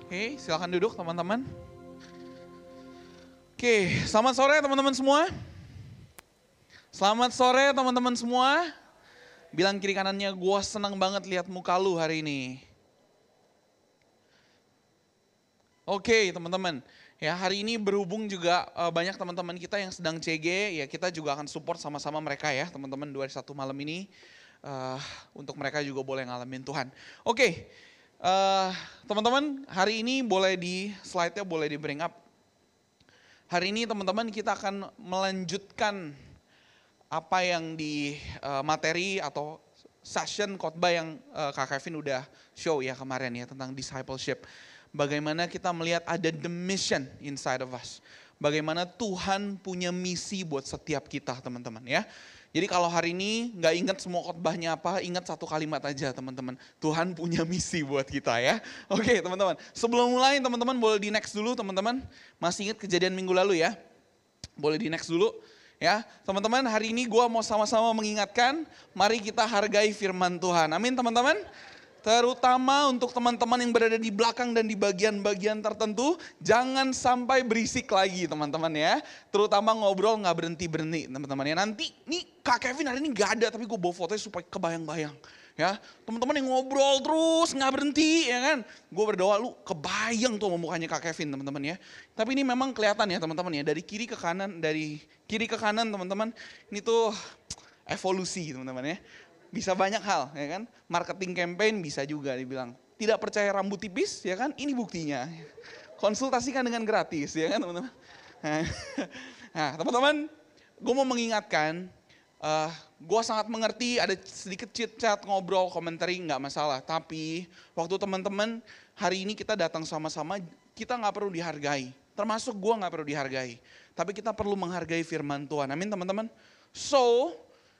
Oke, silakan duduk teman-teman. Oke, selamat sore teman-teman semua. Selamat sore teman-teman semua. Bilang kiri kanannya, gue senang banget lihat muka lu hari ini. Oke teman-teman, ya hari ini berhubung juga banyak teman-teman kita yang sedang CG, ya kita juga akan support sama-sama mereka ya teman-teman 21 malam ini. Untuk mereka juga boleh ngalamin Tuhan. Oke, teman-teman hari ini boleh di slide-nya boleh di bring up. Hari ini teman-teman kita akan melanjutkan apa yang di materi atau session khotbah yang Kak Kevin udah show ya kemarin ya tentang discipleship. Bagaimana kita melihat ada the mission inside of us. Bagaimana Tuhan punya misi buat setiap kita teman-teman ya. Jadi kalau hari ini nggak ingat semua khotbahnya apa, ingat satu kalimat aja teman-teman. Tuhan punya misi buat kita ya. Oke teman-teman, sebelum mulai teman-teman boleh di next dulu teman-teman. Masih ingat kejadian minggu lalu ya? Boleh di next dulu. Ya, teman-teman hari ini gue mau sama-sama mengingatkan, mari kita hargai firman Tuhan. Amin teman-teman. Terutama untuk teman-teman yang berada di belakang dan di bagian-bagian tertentu, jangan sampai berisik lagi teman-teman ya. Terutama ngobrol nggak berhenti-berhenti teman-teman ya. Nanti nih Kak Kevin hari ini nggak ada, tapi gue bawa fotonya supaya kebayang-bayang. Ya, teman-teman yang ngobrol terus nggak berhenti ya kan. Gue berdoa lu kebayang tuh mukanya Kak Kevin teman-teman ya. Tapi ini memang kelihatan ya teman-teman ya, dari kiri ke kanan teman-teman. Ini tuh evolusi teman-teman ya. Bisa banyak hal ya kan. Marketing campaign bisa juga dibilang. Tidak percaya rambut tipis ya kan, ini buktinya. Konsultasikan dengan gratis ya kan teman-teman. Nah teman-teman, gue mau mengingatkan, gue sangat mengerti ada sedikit chit chat, ngobrol, komentari nggak masalah. Tapi waktu teman-teman hari ini kita datang sama-sama, kita nggak perlu dihargai. Termasuk gue nggak perlu dihargai. Tapi kita perlu menghargai firman Tuhan. Amin teman-teman. So,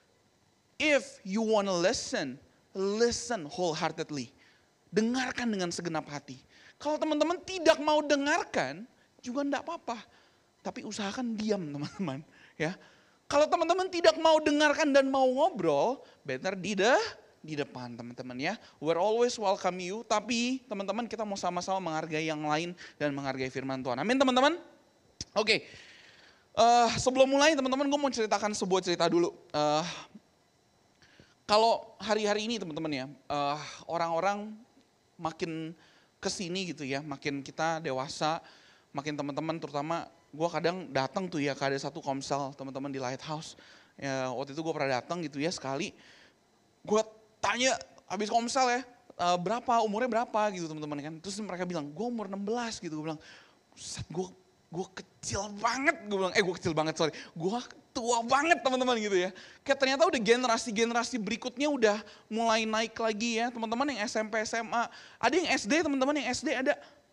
if you wanna listen, listen wholeheartedly. Dengarkan dengan segenap hati. Kalau teman-teman tidak mau dengarkan, juga enggak apa-apa. Tapi usahakan diam teman-teman. Ya. Kalau teman-teman tidak mau dengarkan dan mau ngobrol, better di depan teman-teman ya. We're always welcome you, tapi teman-teman kita mau sama-sama menghargai yang lain dan menghargai firman Tuhan. Amin teman-teman. Oke. Sebelum mulai teman-teman gue mau ceritakan sebuah cerita dulu. Kalau hari-hari ini teman-teman ya, orang-orang makin kesini gitu ya, makin kita dewasa, makin teman-teman terutama gue kadang datang tuh ya ke ada satu komsel teman-teman di Lighthouse. Ya, waktu itu gue pernah datang gitu ya sekali, gue tanya habis komsel ya, umurnya berapa gitu teman-teman kan. Terus mereka bilang, gue umur 16 gitu, gue bilang, gue kecil banget, gue tua banget teman-teman gitu ya. Kayak ternyata udah generasi berikutnya udah mulai naik lagi ya. Teman-teman yang SMP, SMA, ada yang SD teman-teman yang SD ada.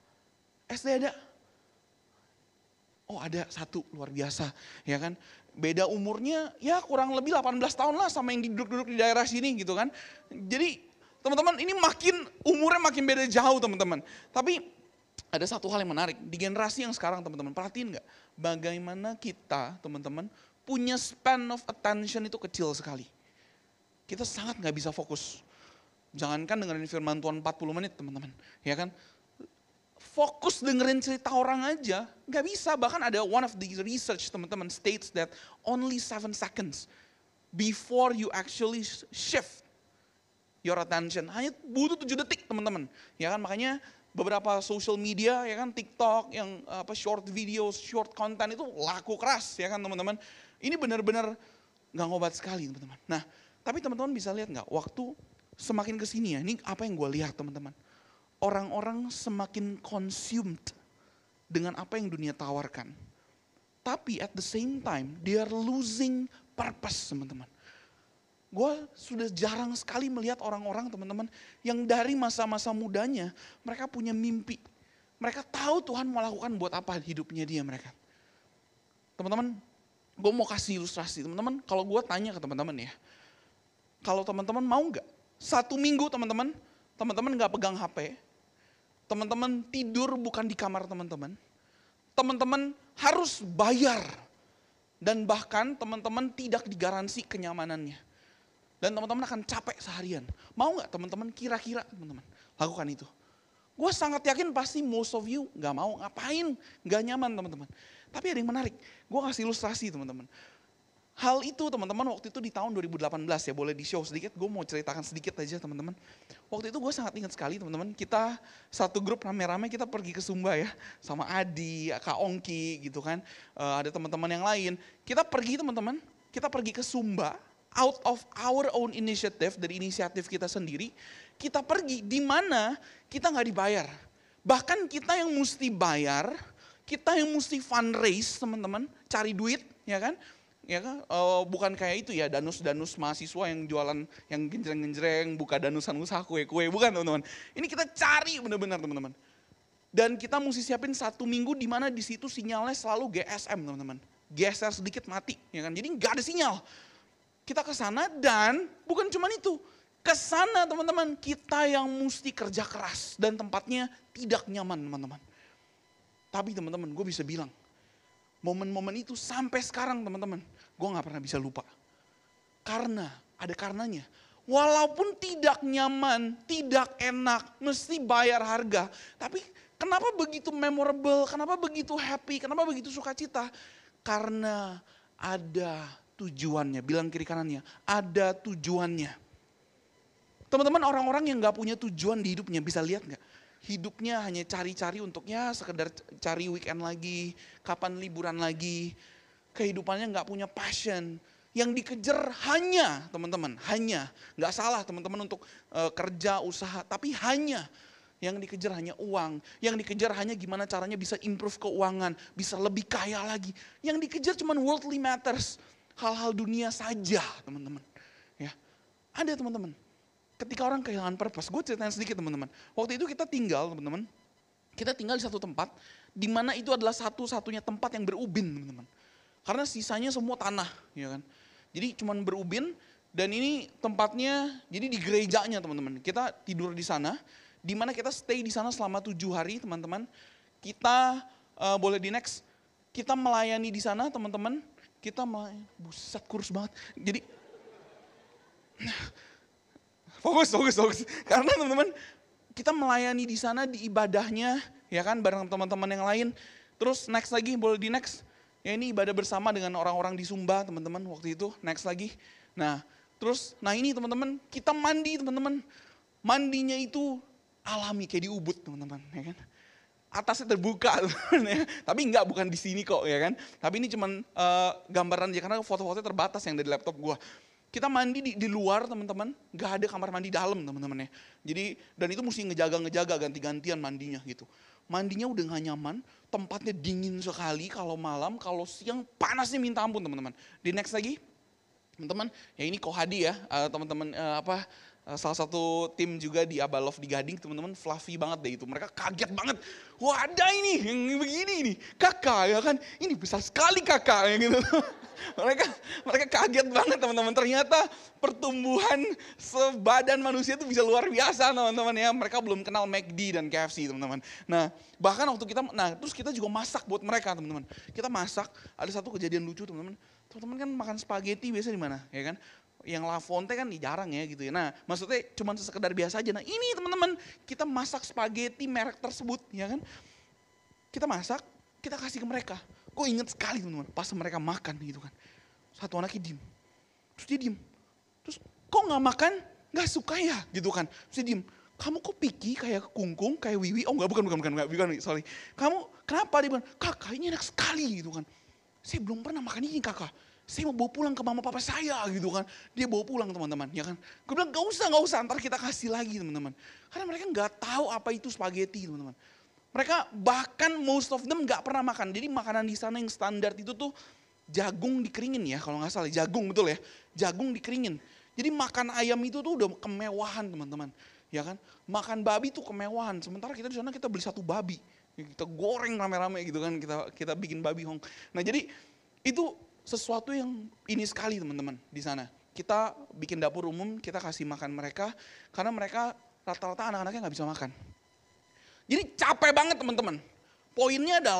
Oh ada satu luar biasa ya kan. Beda umurnya ya kurang lebih 18 tahun lah sama yang duduk-duduk di daerah sini gitu kan. Jadi teman-teman ini umurnya makin beda jauh teman-teman. Tapi ada satu hal yang menarik, di generasi yang sekarang teman-teman, perhatiin gak? Bagaimana kita teman-teman punya span of attention itu kecil sekali. Kita sangat gak bisa fokus. Jangankan dengerin firman Tuhan 40 menit teman-teman. Ya kan? Fokus dengerin cerita orang aja, gak bisa. Bahkan ada one of the research teman-teman states that only 7 seconds before you actually shift your attention. Hanya butuh 7 detik teman-teman. Ya kan makanya beberapa social media ya kan TikTok yang short videos, short content itu laku keras ya kan teman-teman. Ini benar-benar nggak ngobat sekali teman-teman. Nah tapi teman-teman bisa lihat nggak waktu semakin kesini ya, ini apa yang gue lihat teman-teman. Orang-orang semakin consumed dengan apa yang dunia tawarkan. Tapi at the same time they are losing purpose teman-teman. Gue sudah jarang sekali melihat orang-orang teman-teman yang dari masa-masa mudanya mereka punya mimpi. Mereka tahu Tuhan mau lakukan buat apa hidupnya dia mereka. Teman-teman, gue mau kasih ilustrasi. Teman-teman, kalau gue tanya ke teman-teman ya. Kalau teman-teman mau gak? 1 minggu teman-teman gak pegang HP. Teman-teman tidur bukan di kamar teman-teman. Teman-teman harus bayar. Dan bahkan teman-teman tidak digaransi kenyamanannya. Dan teman-teman akan capek seharian. Mau gak teman-teman kira-kira teman-teman lakukan itu? Gue sangat yakin pasti most of you gak mau ngapain, gak nyaman teman-teman. Tapi ada yang menarik, gue kasih ilustrasi teman-teman. Hal itu teman-teman waktu itu di tahun 2018 ya, boleh di show sedikit, gue mau ceritakan sedikit aja teman-teman. Waktu itu gue sangat ingat sekali teman-teman, kita satu grup rame-rame kita pergi ke Sumba ya, sama Adi, Kak Ongki gitu kan, ada teman-teman yang lain. Kita pergi teman-teman, kita pergi ke Sumba, out of our own initiative, dari inisiatif kita sendiri, kita pergi di mana kita nggak dibayar. Bahkan kita yang mesti bayar, kita yang mesti fundraise teman-teman, cari duit ya kan. Ya kan, bukan kayak itu ya, danus-danus mahasiswa yang jualan yang genjreng-genjreng, buka danusan usaha kue-kue, bukan teman-teman. Ini kita cari benar-benar teman-teman. Dan kita mesti siapin 1 minggu di mana di situ sinyalnya selalu GSM teman-teman. Geser sedikit mati, ya kan. Jadi nggak ada sinyal. Kita ke sana dan bukan cuma itu. Ke sana teman-teman, kita yang mesti kerja keras dan tempatnya tidak nyaman teman-teman. Tapi teman-teman, gue bisa bilang, momen-momen itu sampai sekarang teman-teman, gue gak pernah bisa lupa. Karena, ada karenanya. Walaupun tidak nyaman, tidak enak, mesti bayar harga. Tapi kenapa begitu memorable, kenapa begitu happy, kenapa begitu sukacita? Karena ada tujuannya, bilang kiri kanannya, ada tujuannya. Teman-teman, orang-orang yang gak punya tujuan di hidupnya, bisa lihat gak? Hidupnya hanya cari-cari untuk ya sekedar cari weekend lagi, kapan liburan lagi. Kehidupannya nggak punya passion. Yang dikejar hanya teman-teman, hanya. Nggak salah teman-teman untuk kerja, usaha, tapi hanya. Yang dikejar hanya uang, yang dikejar hanya gimana caranya bisa improve keuangan, bisa lebih kaya lagi. Yang dikejar cuma worldly matters, hal-hal dunia saja teman-teman. Ya, ada teman-teman. Ketika orang kehilangan purpose, gue ceritain sedikit teman-teman. Waktu itu kita tinggal teman-teman, kita tinggal di satu tempat, di mana itu adalah satu-satunya tempat yang berubin teman-teman. Karena sisanya semua tanah, ya kan. Jadi cuman berubin, dan ini tempatnya, jadi di gerejanya teman-teman. Kita tidur di sana, di mana kita stay di sana selama 7 hari teman-teman. Kita boleh di next, kita melayani di sana teman-teman. Kita melayani, buset kurus banget. Jadi Fokus. Karena teman-teman, kita melayani di sana di ibadahnya, ya kan, bareng teman-teman yang lain. Terus next lagi, boleh di next. Ya ini ibadah bersama dengan orang-orang di Sumba, teman-teman, waktu itu. Next lagi. Nah, terus, ini teman-teman, kita mandi, teman-teman. Mandinya itu alami, kayak di Ubud, teman-teman, ya kan. Atasnya terbuka, teman-teman, ya. Tapi enggak, bukan di sini kok, ya kan. Tapi ini cuman gambaran aja, karena foto-fotonya terbatas yang dari laptop gua. Kita mandi di luar teman-teman, gak ada kamar mandi dalam teman-teman ya. Jadi, dan itu mesti ngejaga ganti-gantian mandinya gitu. Mandinya udah gak nyaman, tempatnya dingin sekali kalau malam, kalau siang panasnya minta ampun teman-teman. Di next lagi, teman-teman, ya ini Kohadi ya, teman-teman salah satu tim juga di Abalov di Gading, teman-teman fluffy banget deh itu. Mereka kaget banget, wah ada ini yang begini nih, kakak ya kan, ini besar sekali kakak ya gitu. Mereka kaget banget teman-teman, ternyata pertumbuhan sebadan manusia itu bisa luar biasa teman-teman ya. Mereka belum kenal McD dan KFC teman-teman. Nah bahkan waktu kita, terus kita juga masak buat mereka teman-teman. Kita masak, ada satu kejadian lucu teman-teman. Teman-teman kan makan spaghetti biasa di mana ya kan. Yang La Fonte kan jarang ya gitu ya. Nah maksudnya cuma sekedar biasa aja. Nah ini teman-teman, kita masak spaghetti merek tersebut ya kan. Kita masak, kita kasih ke mereka. Gue inget sekali teman-teman, pas mereka makan gitu kan. Satu anaknya diem, terus dia diem. Terus kok gak makan, gak suka ya gitu kan. Terus dia diem, kamu kok picky kayak kungkung, kayak wiwi. Oh enggak, bukan, sorry. Kamu kenapa, dia bilang, kakak ini enak sekali gitu kan. Saya belum pernah makan ini kakak. Saya mau bawa pulang ke mama papa saya gitu kan. Dia bawa pulang teman-teman ya kan. Gue bilang gak usah, ntar kita kasih lagi teman-teman. Karena mereka gak tahu apa itu spaghetti teman-teman. Mereka bahkan most of them gak pernah makan. Jadi makanan di sana yang standar itu tuh jagung dikeringin ya, kalau nggak salah jagung betul ya, jagung dikeringin. Jadi makan ayam itu tuh udah kemewahan teman-teman, ya kan? Makan babi tuh kemewahan. Sementara kita di sana kita beli satu babi, kita goreng rame-rame gitu kan, kita bikin babi hong. Nah jadi itu sesuatu yang ini sekali teman-teman di sana. Kita bikin dapur umum, kita kasih makan mereka, karena mereka rata-rata anak-anaknya nggak bisa makan. Jadi capek banget teman-teman. Poinnya adalah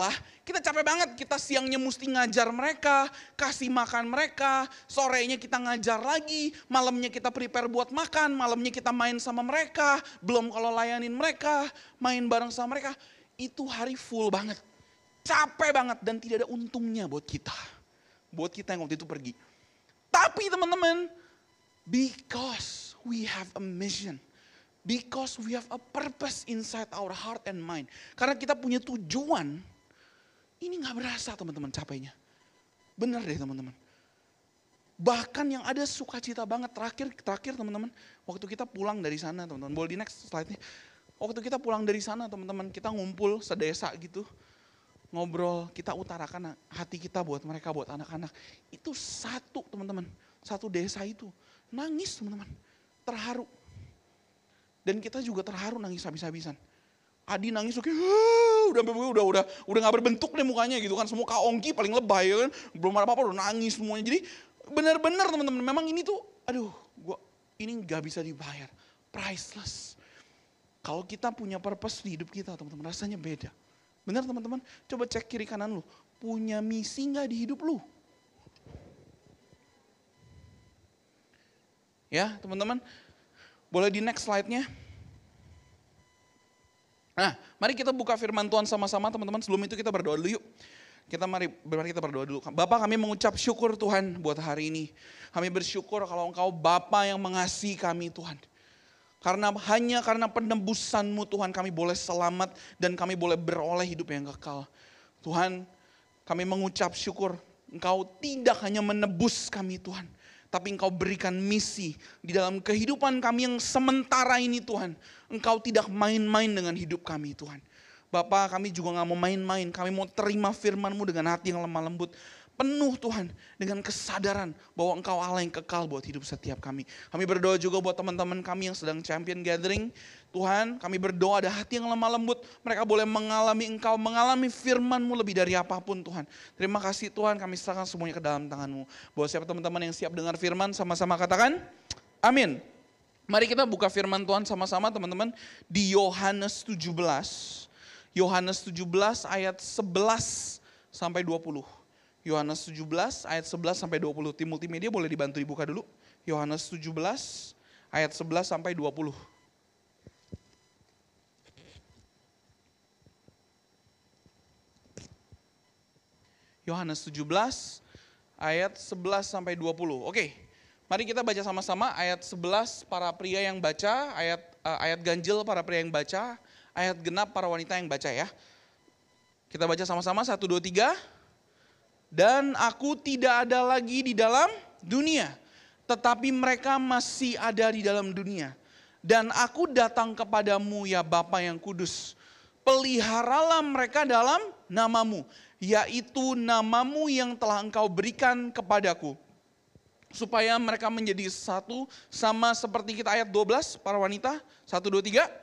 Kita capek banget, kita siangnya mesti ngajar mereka, kasih makan mereka, sorenya kita ngajar lagi, malamnya kita prepare buat makan, malamnya kita main sama mereka, belum kalau layanin mereka, main bareng sama mereka. Itu hari full banget, capek banget dan tidak ada untungnya buat kita. Buat kita yang waktu itu pergi. Tapi teman-teman, because we have a mission. Because we have a purpose inside our heart and mind. Karena kita punya tujuan, ini gak berasa teman-teman capeknya. Bener deh teman-teman. Bahkan yang ada sukacita banget terakhir teman-teman. Waktu kita pulang dari sana teman-teman. Boleh di next slide-nya. Waktu kita pulang dari sana teman-teman, kita ngumpul sedesa gitu. Ngobrol, kita utarakan hati kita buat mereka, buat anak-anak. Itu satu teman-teman, satu desa itu. Nangis teman-teman, terharu. Dan kita juga terharu nangis habis-habisan. Adi nangis udah gak berbentuk deh mukanya gitu kan. Semua kaongki paling lebay ya kan. Belum ada apa-apa udah nangis semuanya. Jadi benar-benar teman-teman memang ini tuh ini gak bisa dibayar. Priceless. Kalau kita punya purpose di hidup kita teman-teman rasanya beda. Benar teman-teman? Coba cek kiri kanan lu. Punya misi gak di hidup lu? Ya teman-teman. Boleh di next slide-nya. Nah, mari kita buka firman Tuhan sama-sama teman-teman. Sebelum itu kita berdoa dulu yuk. Mari kita berdoa dulu. Bapak, kami mengucap syukur Tuhan buat hari ini. Kami bersyukur kalau Engkau Bapa yang mengasihi kami Tuhan. Hanya karena penebusan-Mu Tuhan kami boleh selamat dan kami boleh beroleh hidup yang kekal. Tuhan, kami mengucap syukur Engkau tidak hanya menebus kami Tuhan. Tapi Engkau berikan misi di dalam kehidupan kami yang sementara ini Tuhan. Engkau tidak main-main dengan hidup kami Tuhan. Bapak, kami juga gak mau main-main. Kami mau terima firman-Mu dengan hati yang lemah lembut. Penuh Tuhan dengan kesadaran bahwa Engkau Allah yang kekal buat hidup setiap kami. Kami berdoa juga buat teman-teman kami yang sedang champion gathering. Tuhan, kami berdoa ada hati yang lemah lembut. Mereka boleh mengalami Engkau, mengalami firman-Mu lebih dari apapun Tuhan. Terima kasih Tuhan, kami serahkan semuanya ke dalam tangan-Mu. Buat siapa teman-teman yang siap dengar firman, sama-sama katakan, amin. Mari kita buka firman Tuhan sama-sama teman-teman di Yohanes 17. Yohanes 17 ayat 11 sampai 20. Yohanes 17 ayat 11 sampai 20. Tim multimedia boleh dibantu dibuka dulu. Yohanes 17 ayat 11 sampai 20. Yohanes 17 ayat 11 sampai 20. Oke. Mari kita baca sama-sama ayat 11 para pria yang baca, ayat ganjil para pria yang baca, ayat genap para wanita yang baca ya. Kita baca sama-sama 1 2 3. Dan aku tidak ada lagi di dalam dunia, tetapi mereka masih ada di dalam dunia. Dan aku datang kepadamu ya Bapa yang kudus. Peliharalah mereka dalam namamu, yaitu namamu yang telah Engkau berikan kepadaku. Supaya mereka menjadi satu sama seperti kita ayat 12 para wanita. 1 2 3.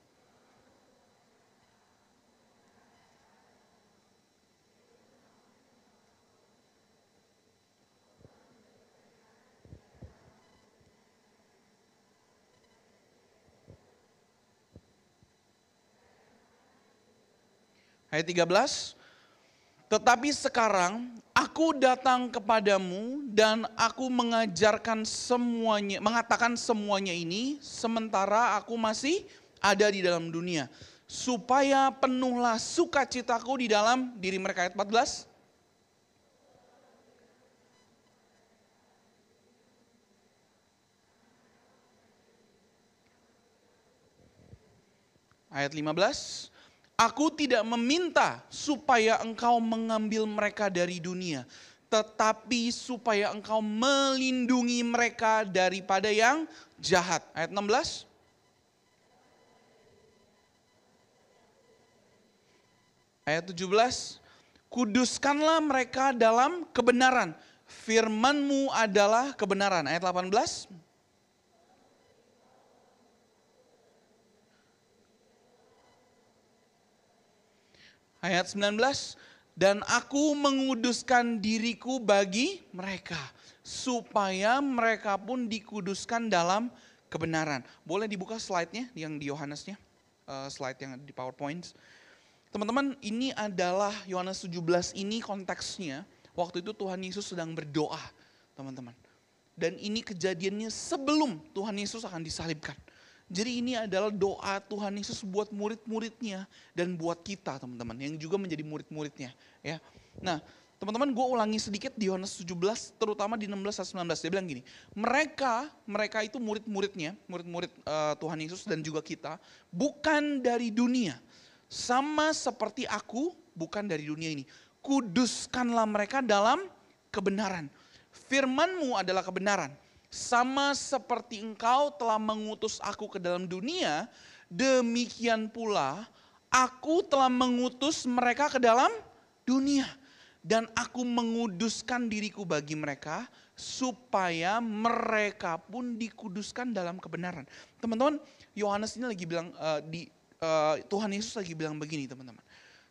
Ayat 13, tetapi sekarang aku datang kepadamu dan aku mengatakan semuanya ini sementara aku masih ada di dalam dunia. Supaya penuhlah sukacitaku di dalam diri mereka. Ayat 14. Ayat 15. Aku tidak meminta supaya engkau mengambil mereka dari dunia, tetapi supaya engkau melindungi mereka daripada yang jahat. Ayat 16. Ayat 17. Kuduskanlah mereka dalam kebenaran. Firman-Mu adalah kebenaran. Ayat 18. Ayat 19, dan aku menguduskan diriku bagi mereka, supaya mereka pun dikuduskan dalam kebenaran. Boleh dibuka slide-nya yang di Yohanesnya, slide yang di PowerPoint. Teman-teman, ini adalah Yohanes 17 ini konteksnya. Waktu itu Tuhan Yesus sedang berdoa, teman-teman. Dan ini kejadiannya sebelum Tuhan Yesus akan disalibkan. Jadi ini adalah doa Tuhan Yesus buat murid-muridnya dan buat kita, teman-teman, yang juga menjadi murid-muridnya. Ya. Nah, teman-teman, gue ulangi sedikit di Yohanes 17, terutama di 16-19. Dia bilang gini, mereka itu murid-muridnya, murid-murid Tuhan Yesus dan juga kita, bukan dari dunia. Sama seperti aku bukan dari dunia ini. Kuduskanlah mereka dalam kebenaran. Firman-Mu adalah kebenaran. Sama seperti Engkau telah mengutus aku ke dalam dunia, demikian pula aku telah mengutus mereka ke dalam dunia. Dan aku menguduskan diriku bagi mereka, supaya mereka pun dikuduskan dalam kebenaran. Teman-teman, Yohanes ini lagi bilang, Tuhan Yesus lagi bilang begini, teman-teman.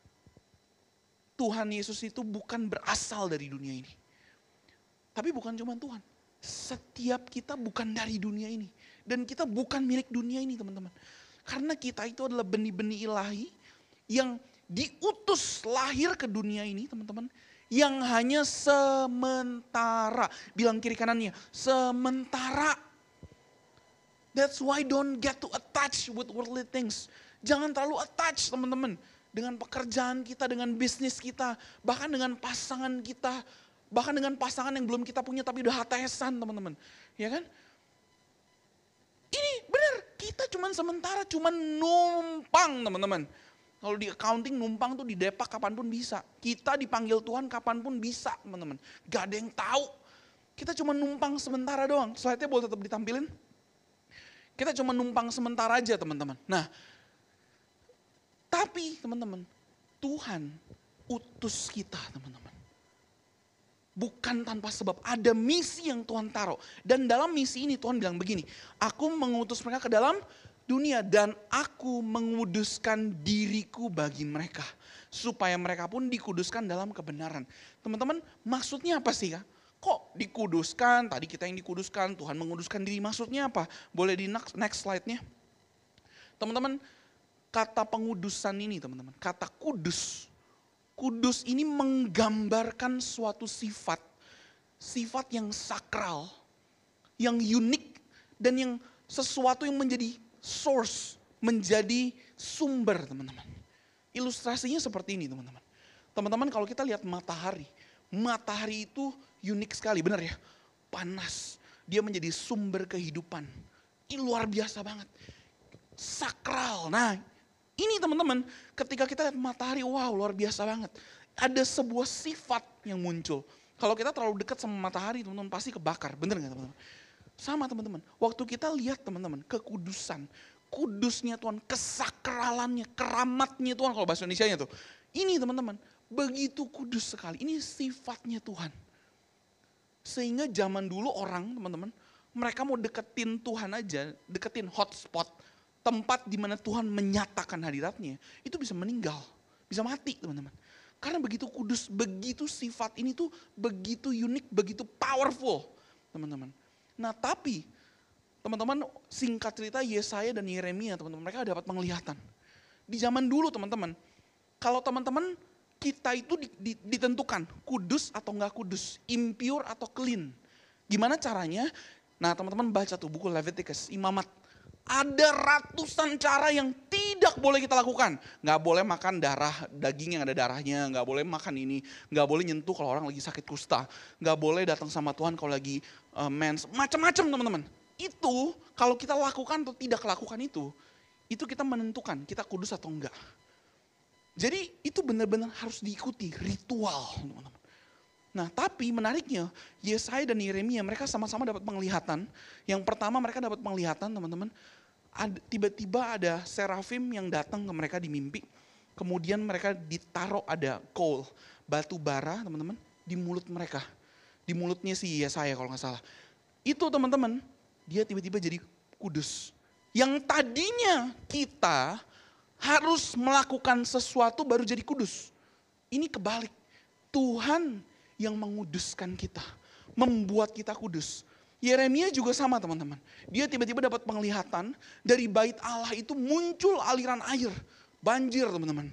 Tuhan Yesus itu bukan berasal dari dunia ini. Tapi bukan cuma Tuhan. Setiap kita bukan dari dunia ini. Dan kita bukan milik dunia ini, teman-teman. Karena kita itu adalah benih-benih ilahi yang diutus lahir ke dunia ini, teman-teman. Yang hanya sementara. Bilang kiri kanannya, sementara. That's why don't get to attach with worldly things. Jangan terlalu attach, teman-teman. Dengan pekerjaan kita, dengan bisnis kita, bahkan dengan pasangan kita. Bahkan dengan pasangan yang belum kita punya tapi udah HTS-an, teman-teman. Ya kan? Ini benar, kita cuman sementara, cuman numpang, teman-teman. Kalau di accounting numpang tuh didepak kapanpun bisa. Kita dipanggil Tuhan kapanpun bisa, teman-teman. Gak ada yang tahu. Kita cuma numpang sementara doang. Slide-nya boleh tetap ditampilin. Kita cuma numpang sementara aja, teman-teman. Nah, tapi teman-teman, Tuhan utus kita, teman-teman. Bukan tanpa sebab, ada misi yang Tuhan taruh. Dan dalam misi ini Tuhan bilang begini, aku mengutus mereka ke dalam dunia dan aku menguduskan diriku bagi mereka. Supaya mereka pun dikuduskan dalam kebenaran. Teman-teman, maksudnya apa sih, Kak? Kok dikuduskan, tadi kita yang dikuduskan, Tuhan menguduskan diri, maksudnya apa? Boleh di next slide-nya. Teman-teman, kata pengudusan ini, teman-teman, kata kudus. Kudus ini menggambarkan suatu sifat yang sakral, yang unik, dan yang sesuatu yang menjadi source, menjadi sumber, teman-teman. Ilustrasinya seperti ini, teman-teman. Teman-teman, kalau kita lihat matahari itu unik sekali, benar ya? Panas, dia menjadi sumber kehidupan. Ini luar biasa banget. Sakral, nah ini teman-teman, ketika kita lihat matahari, wow luar biasa banget. Ada sebuah sifat yang muncul. Kalau kita terlalu dekat sama matahari, teman-teman pasti kebakar. Bener gak teman-teman? Sama teman-teman, waktu kita lihat teman-teman, kekudusan, kudusnya Tuhan, kesakralannya, keramatnya Tuhan, kalau bahasa Indonesianya tuh. Ini teman-teman, begitu kudus sekali, ini sifatnya Tuhan. Sehingga zaman dulu orang, teman-teman, mereka mau deketin Tuhan aja, deketin hotspot, tempat di mana Tuhan menyatakan hadiratnya, itu bisa meninggal, bisa mati, teman-teman. Karena begitu kudus, begitu sifat ini tuh begitu unik, begitu powerful, teman-teman. Nah tapi, teman-teman, singkat cerita Yesaya dan Yeremia, teman-teman, mereka dapat penglihatan. Di zaman dulu, teman-teman, kalau teman-teman kita itu ditentukan kudus atau enggak kudus, impure atau clean. Gimana caranya? Nah teman-teman baca tuh buku Leviticus, Imamat. Ada ratusan cara yang tidak boleh kita lakukan. Gak boleh makan daging yang ada darahnya. Gak boleh makan ini. Gak boleh nyentuh kalau orang lagi sakit kusta. Gak boleh datang sama Tuhan kalau lagi mens. Macam-macam teman-teman. Itu kalau kita lakukan atau tidak lakukan itu kita menentukan kita kudus atau enggak. Jadi itu benar-benar harus diikuti ritual, teman-teman. Nah tapi menariknya Yesaya dan Yeremia mereka sama-sama dapat penglihatan. Yang pertama mereka dapat penglihatan, teman-teman. Tiba-tiba ada serafim yang datang ke mereka di mimpi. Kemudian mereka ditaruh ada coal, batu bara, teman-teman, di mulut mereka. Di mulutnya si Yesaya kalau gak salah. Itu teman-teman, dia tiba-tiba jadi kudus. Yang tadinya kita harus melakukan sesuatu baru jadi kudus. Ini kebalik. Tuhan yang menguduskan kita, membuat kita kudus. Yeremia juga sama teman-teman. Dia tiba-tiba dapat penglihatan dari bait Allah itu muncul aliran air. Banjir teman-teman.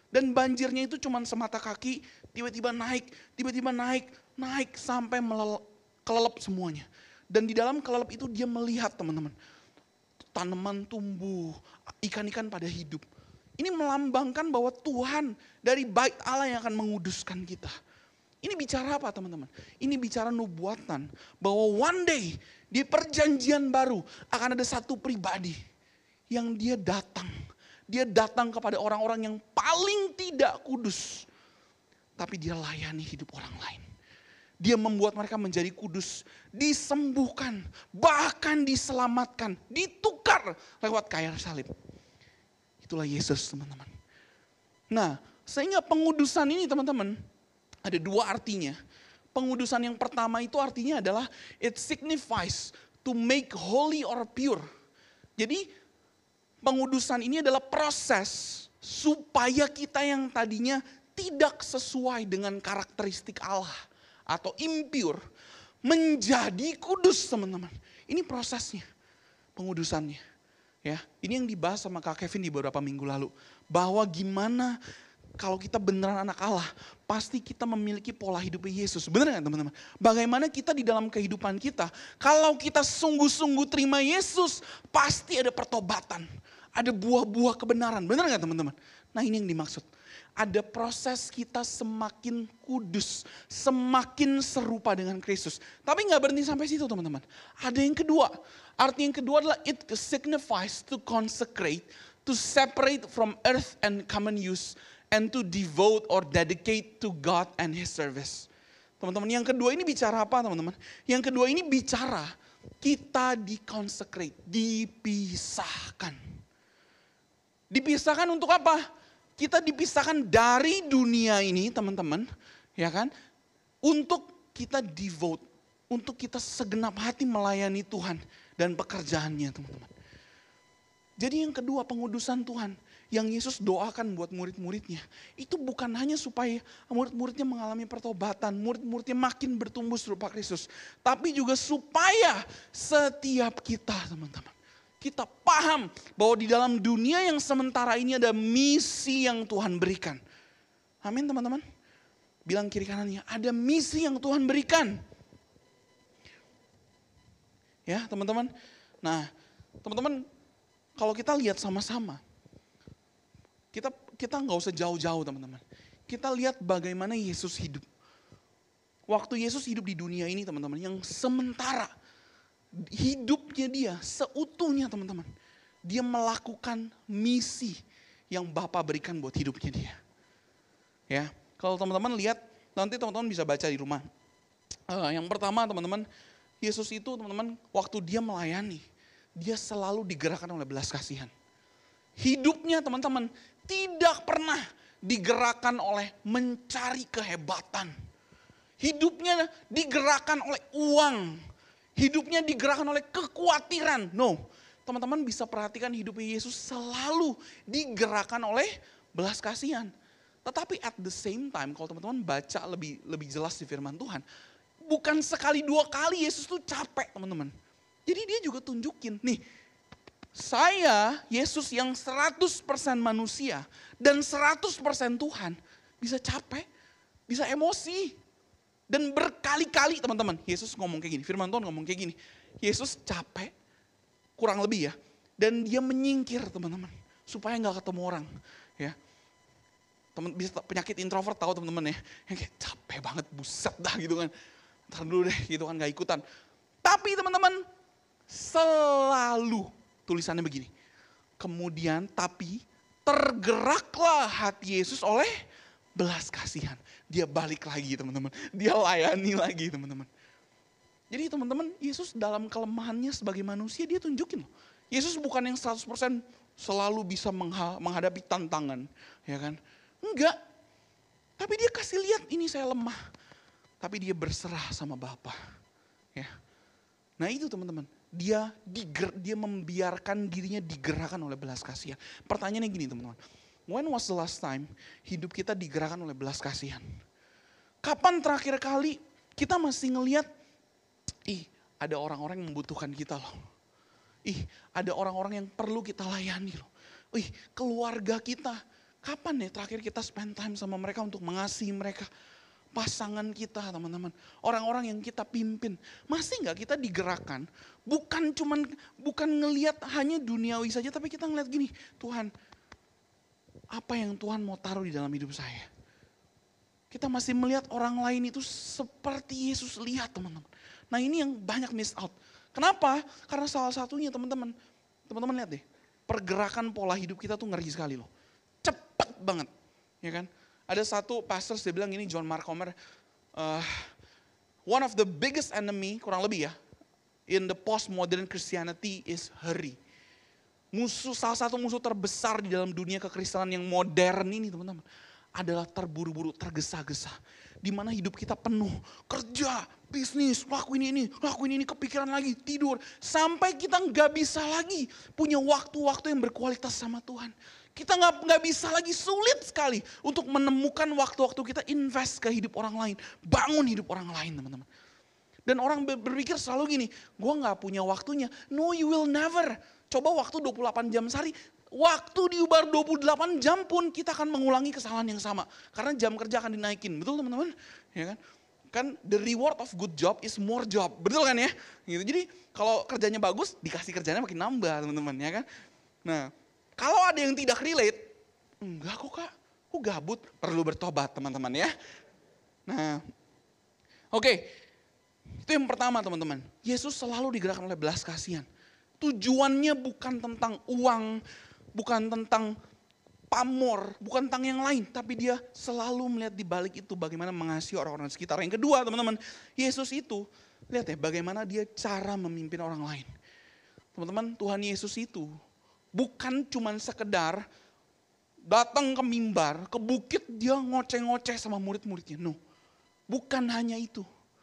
Dan banjirnya itu cuma semata kaki, tiba-tiba naik, naik sampai kelelep semuanya. Dan di dalam kelelep itu dia melihat teman-teman, tanaman tumbuh, ikan-ikan pada hidup. Ini melambangkan bahwa Tuhan dari bait Allah yang akan menguduskan kita. Ini bicara apa teman-teman? Ini bicara nubuatan bahwa one day di perjanjian baru akan ada satu pribadi yang dia datang. Dia datang kepada orang-orang yang paling tidak kudus. Tapi dia layani hidup orang lain. Dia membuat mereka menjadi kudus, disembuhkan, bahkan diselamatkan, ditukar lewat kayu salib. Itulah Yesus teman-teman. Nah, sehingga pengudusan ini teman-teman, ada dua artinya. Pengudusan yang pertama itu artinya adalah it signifies to make holy or pure. Jadi pengudusan ini adalah proses supaya kita yang tadinya tidak sesuai dengan karakteristik Allah atau impure menjadi kudus teman-teman. Ini prosesnya, pengudusannya. Ya, ini yang dibahas sama Kak Kevin di beberapa minggu lalu. Bahwa gimana kalau kita beneran anak Allah, pasti kita memiliki pola hidup Yesus. Bener gak teman-teman? Bagaimana kita di dalam kehidupan kita, kalau kita sungguh-sungguh terima Yesus, pasti ada pertobatan. Ada buah-buah kebenaran. Bener gak teman-teman? Nah ini yang dimaksud. Ada proses kita semakin kudus, semakin serupa dengan Kristus. Tapi gak berhenti sampai situ teman-teman. Ada yang kedua. Arti yang kedua adalah it signifies to consecrate, to separate from earth and common use, and to devote or dedicate to God and His service. Teman-teman, yang kedua ini bicara apa teman-teman? Yang kedua ini bicara kita di-consecrate, dipisahkan. Dipisahkan untuk apa? Kita dipisahkan dari dunia ini teman-teman, ya kan? Untuk kita devote, untuk kita segenap hati melayani Tuhan dan pekerjaannya teman-teman. Jadi yang kedua pengudusan Tuhan yang Yesus doakan buat murid-muridnya. Itu bukan hanya supaya murid-muridnya mengalami pertobatan, murid-muridnya makin bertumbuh serupa Kristus. Tapi juga supaya setiap kita teman-teman, kita paham bahwa di dalam dunia yang sementara ini ada misi yang Tuhan berikan. Amin teman-teman. Bilang kiri kanannya, ada misi yang Tuhan berikan. Ya teman-teman. Nah teman-teman, kalau kita lihat sama-sama, kita nggak usah jauh-jauh teman-teman. Kita lihat bagaimana Yesus hidup. Waktu Yesus hidup di dunia ini teman-teman, yang sementara hidupnya dia seutuhnya teman-teman. Dia melakukan misi yang Bapa berikan buat hidupnya dia. Ya, kalau teman-teman lihat, nanti teman-teman bisa baca di rumah. Yang pertama teman-teman, Yesus itu teman-teman waktu dia melayani, dia selalu digerakkan oleh belas kasihan. Hidupnya teman-teman tidak pernah digerakkan oleh mencari kehebatan. Hidupnya digerakkan oleh uang. Hidupnya digerakkan oleh kekhawatiran. No, teman-teman bisa perhatikan hidupnya Yesus selalu digerakkan oleh belas kasihan. Tetapi at the same time, kalau teman-teman baca lebih jelas di firman Tuhan, bukan sekali dua kali Yesus tuh capek teman-teman. Jadi dia juga tunjukin, nih saya Yesus yang 100% manusia dan 100% Tuhan bisa capek, bisa emosi. Dan berkali-kali teman-teman, Yesus ngomong kayak gini, firman Tuhan ngomong kayak gini. Yesus capek, kurang lebih ya. Dan dia menyingkir teman-teman, supaya gak ketemu orang. Ya, bisa penyakit introvert tahu teman-teman ya. Yang kayak capek banget, buset dah gitu kan. Ntar dulu deh gitu kan, gak ikutan. Tapi teman-teman, selalu tulisannya begini. Kemudian tapi tergeraklah hati Yesus oleh belas kasihan. Dia balik lagi teman-teman. Dia layani lagi teman-teman. Jadi teman-teman, Yesus dalam kelemahannya sebagai manusia dia tunjukin loh. Yesus bukan yang 100% selalu bisa menghadapi tantangan. Ya kan? Enggak. Tapi dia kasih lihat ini saya lemah. Tapi dia berserah sama Bapa. Ya. Nah itu teman-teman. Dia membiarkan dirinya digerakkan oleh belas kasihan. Pertanyaannya gini teman-teman. When was the last time hidup kita digerakkan oleh belas kasihan? Kapan terakhir kali kita masih ngelihat, ada orang-orang yang membutuhkan kita loh. Ada orang-orang yang perlu kita layani loh. Keluarga kita Kapan ya terakhir kita spend time sama mereka untuk mengasihi mereka? Pasangan kita teman-teman, orang-orang yang kita pimpin. Masih nggak kita digerakkan? Bukan ngelihat hanya duniawi saja, tapi kita ngelihat gini, Tuhan, apa yang Tuhan mau taruh di dalam hidup saya? Kita masih melihat orang lain itu seperti Yesus lihat teman-teman. Nah ini yang banyak miss out. Kenapa? Karena salah satunya teman-teman lihat deh, pergerakan pola hidup kita tuh ngeri sekali loh. Cepet banget, ya kan? Ada satu pastor dia bilang gini, John Mark Comer, one of the biggest enemy, kurang lebih ya, in the postmodern Christianity is hurry. Salah satu musuh terbesar di dalam dunia kekristenan yang modern ini teman-teman, adalah terburu-buru, tergesa-gesa. Di mana hidup kita penuh, kerja, bisnis, lakuin ini, kepikiran lagi, tidur. Sampai kita nggak bisa lagi punya waktu-waktu yang berkualitas sama Tuhan. Kita nggak bisa lagi, sulit sekali untuk menemukan waktu-waktu kita invest ke hidup orang lain. Bangun hidup orang lain teman-teman. Dan orang berpikir selalu gini, gue nggak punya waktunya. No, you will never. Coba waktu 28 jam sehari, waktu diubah 28 jam pun kita akan mengulangi kesalahan yang sama. Karena jam kerja akan dinaikin, betul teman-teman? Ya kan? Kan the reward of good job is more job, betul kan ya? Gitu. Jadi kalau kerjanya bagus, dikasih kerjanya makin nambah teman-teman ya kan? Nah, kalau ada yang tidak relate, enggak kok kak, aku gabut, perlu bertobat teman-teman ya. Nah, oke. Itu yang pertama teman-teman, Yesus selalu digerakkan oleh belas kasihan. Tujuannya bukan tentang uang, bukan tentang pamor, bukan tentang yang lain. Tapi dia selalu melihat di balik itu bagaimana mengasihi orang-orang sekitar. Yang kedua teman-teman, Yesus itu, lihat ya bagaimana dia cara memimpin orang lain. Teman-teman, Tuhan Yesus itu bukan cuma sekedar datang ke mimbar, ke bukit dia ngoceh-ngoceh sama murid-muridnya. No, bukan hanya itu.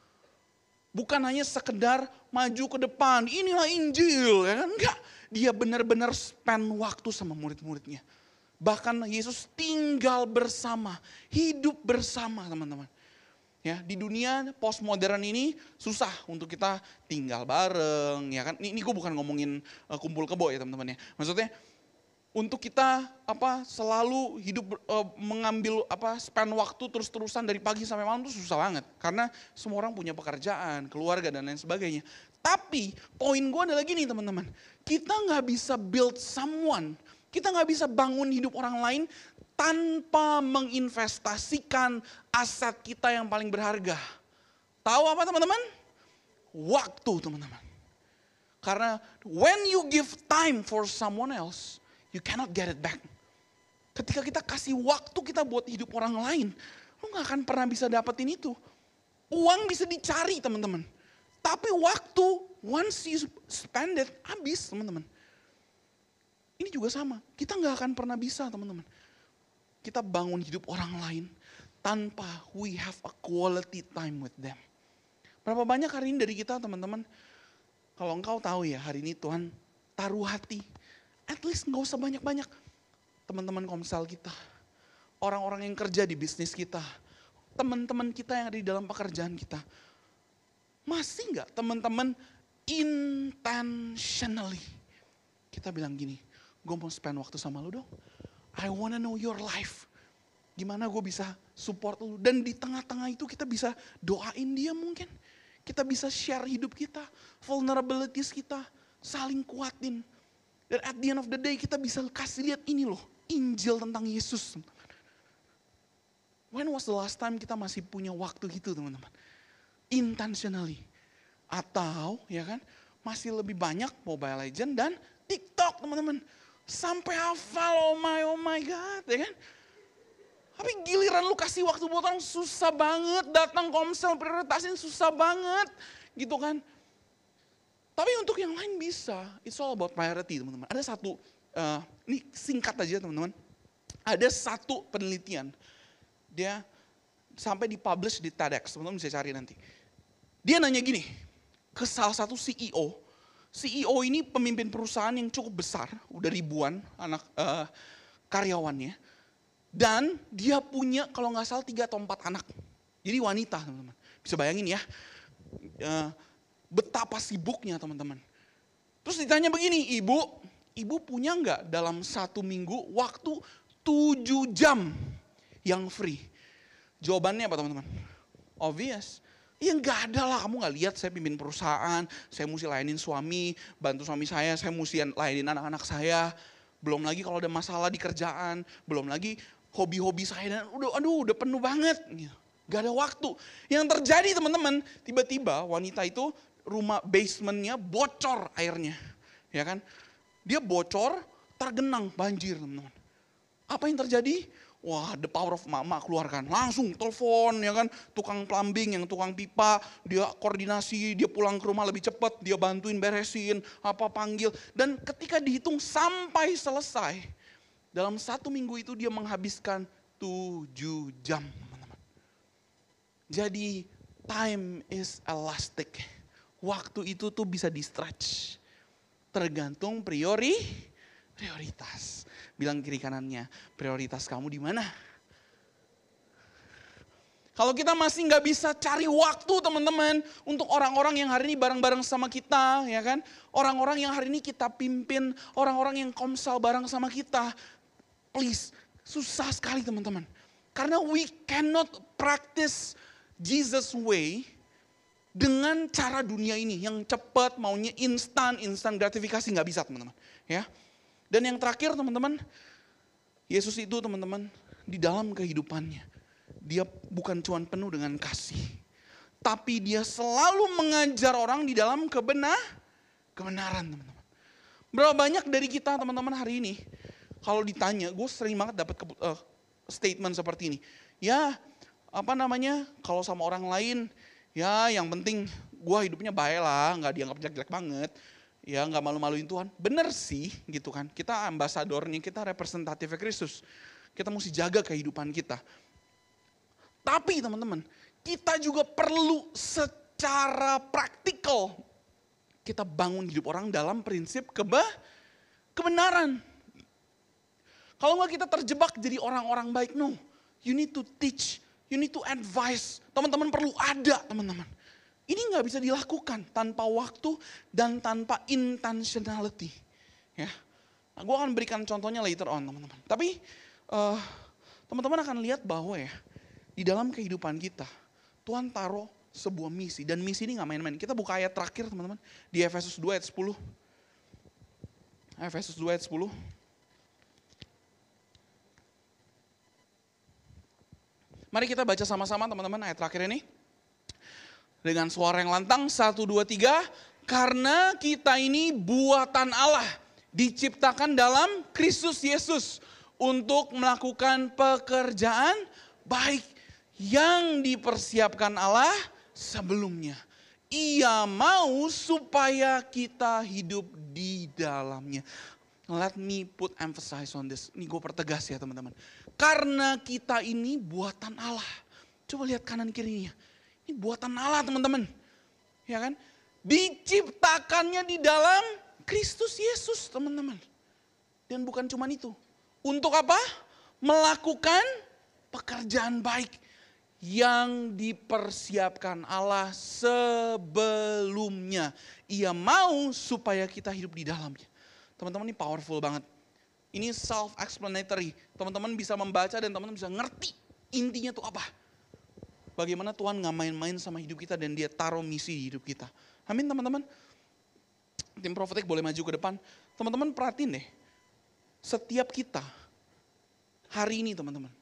Bukan hanya sekedar maju ke depan, inilah Injil, ya kan? Enggak, dia benar-benar spend waktu sama murid-muridnya. Bahkan Yesus tinggal bersama, hidup bersama teman-teman. Ya, di dunia postmodern ini susah untuk kita tinggal bareng, ya kan? Ini gue bukan ngomongin kumpul kebo ya teman-teman ya. Maksudnya untuk kita selalu hidup mengambil spend waktu terus-terusan dari pagi sampai malam itu susah banget. Karena semua orang punya pekerjaan, keluarga dan lain sebagainya. Tapi poin gue adalah gini teman-teman, kita nggak bisa build someone, kita nggak bisa bangun hidup orang lain tanpa menginvestasikan aset kita yang paling berharga. Tahu apa teman-teman? Waktu teman-teman. Karena when you give time for someone else, you cannot get it back. Ketika kita kasih waktu kita buat hidup orang lain, lu gak akan pernah bisa dapetin itu. Uang bisa dicari teman-teman. Tapi waktu, once you spend it, habis teman-teman. Ini juga sama, kita gak akan pernah bisa teman-teman. Kita bangun hidup orang lain tanpa we have a quality time with them. Berapa banyak hari ini dari kita teman-teman, kalau engkau tahu ya hari ini Tuhan taruh hati, at least gak usah banyak-banyak. Teman-teman komsel kita, orang-orang yang kerja di bisnis kita, teman-teman kita yang ada di dalam pekerjaan kita. Masih gak teman-teman intentionally kita bilang gini, gue mau spend waktu sama lu dong. I wanna know your life. Gimana gue bisa support lu. Dan di tengah-tengah itu kita bisa doain dia mungkin. Kita bisa share hidup kita, vulnerabilities kita, saling kuatin. Dan at the end of the day kita bisa kasih lihat ini loh, Injil tentang Yesus. When was the last time kita masih punya waktu gitu teman-teman? Intentionally. Atau ya kan, masih lebih banyak Mobile Legends dan TikTok teman-teman. Sampai hafal, oh my God, ya kan? Tapi giliran lu kasih waktu buat orang susah banget, datang komsel prioritasin susah banget, gitu kan? Tapi untuk yang lain bisa, it's all about priority teman-teman. Ada satu, ini singkat aja teman-teman. Ada satu penelitian, dia sampai dipublish di TEDx, teman-teman bisa cari nanti. Dia nanya gini, ke salah satu CEO. CEO ini pemimpin perusahaan yang cukup besar, udah ribuan anak karyawannya. Dan dia punya kalau nggak salah 3 atau 4 anak. Jadi wanita teman-teman. Bisa bayangin ya, betapa sibuknya teman-teman. Terus ditanya begini, ibu punya nggak dalam 1 minggu waktu 7 jam yang free. Jawabannya apa teman-teman? Obvious. Ya enggak ada lah, kamu gak lihat saya pimpin perusahaan, saya mesti layanin suami, bantu suami saya mesti layanin anak-anak saya. Belum lagi kalau ada masalah di kerjaan, belum lagi hobi-hobi saya, dan udah penuh banget. Gak ada waktu. Yang terjadi teman-teman, tiba-tiba wanita itu rumah basementnya bocor airnya. Ya kan? Dia bocor, tergenang banjir teman-teman. Apa yang terjadi? Wah, the power of mama keluarkan. Langsung telepon ya kan, tukang plumbing, yang tukang pipa, dia koordinasi, dia pulang ke rumah lebih cepat, dia bantuin beresin, panggil. Dan ketika dihitung sampai selesai, dalam 1 minggu itu dia menghabiskan 7 jam. Teman-teman. Jadi time is elastic. Waktu itu tuh bisa di stretch. Tergantung prioritas. Bilang kiri kanannya, prioritas kamu di mana? Kalau kita masih nggak bisa cari waktu teman-teman untuk orang-orang yang hari ini bareng-bareng sama kita, ya kan? Orang-orang yang hari ini kita pimpin, orang-orang yang komsel bareng sama kita. Please, susah sekali teman-teman. Karena we cannot practice Jesus way dengan cara dunia ini yang cepat, maunya instan gratifikasi, nggak bisa teman-teman. Ya. Dan yang terakhir teman-teman, Yesus itu teman-teman di dalam kehidupannya, dia bukan cuma penuh dengan kasih, tapi dia selalu mengajar orang di dalam kebenaran teman-teman. Berapa banyak dari kita teman-teman hari ini, kalau ditanya, gue sering banget dapat statement seperti ini. Ya kalau sama orang lain, ya yang penting gue hidupnya baik lah, gak dianggap jelek-jelek banget. Ya nggak malu-maluin Tuhan. Bener sih gitu kan. Kita ambasadornya, kita representatifnya Kristus. Kita mesti jaga kehidupan kita. Tapi teman-teman, kita juga perlu secara praktikal kita bangun hidup orang dalam prinsip kebenaran. Kalau nggak kita terjebak jadi orang-orang baik, no. You need to teach, you need to advise. Teman-teman perlu ada teman-teman. Ini nggak bisa dilakukan tanpa waktu dan tanpa intentionality. Ya, nah, gue akan berikan contohnya later on teman-teman. Tapi teman-teman akan lihat bahwa ya di dalam kehidupan kita Tuhan taruh sebuah misi, dan misi ini nggak main-main. Kita buka ayat terakhir teman-teman di Efesus 2 ayat 10. Efesus 2 ayat 10. Mari kita baca sama-sama teman-teman ayat terakhir ini. Dengan suara yang lantang, 1, 2, 3. Karena kita ini buatan Allah, diciptakan dalam Kristus Yesus untuk melakukan pekerjaan baik yang dipersiapkan Allah sebelumnya. Ia mau supaya kita hidup di dalamnya. Let me put emphasis on this. Ini gue pertegas ya teman-teman. Karena kita ini buatan Allah. Coba lihat kanan kirinya. Ini buatan Allah teman-teman. Ya kan? Diciptakannya di dalam Kristus Yesus teman-teman. Dan bukan cuma itu. Untuk apa? Melakukan pekerjaan baik yang dipersiapkan Allah sebelumnya. Ia mau supaya kita hidup di dalamnya. Teman-teman ini powerful banget. Ini self-explanatory. Teman-teman bisa membaca dan teman-teman bisa ngerti intinya tuh apa. Bagaimana Tuhan gak main-main sama hidup kita dan dia taruh misi di hidup kita. Amin teman-teman. Tim Prophetic boleh maju ke depan. Teman-teman perhatiin deh. Setiap kita hari ini teman-teman.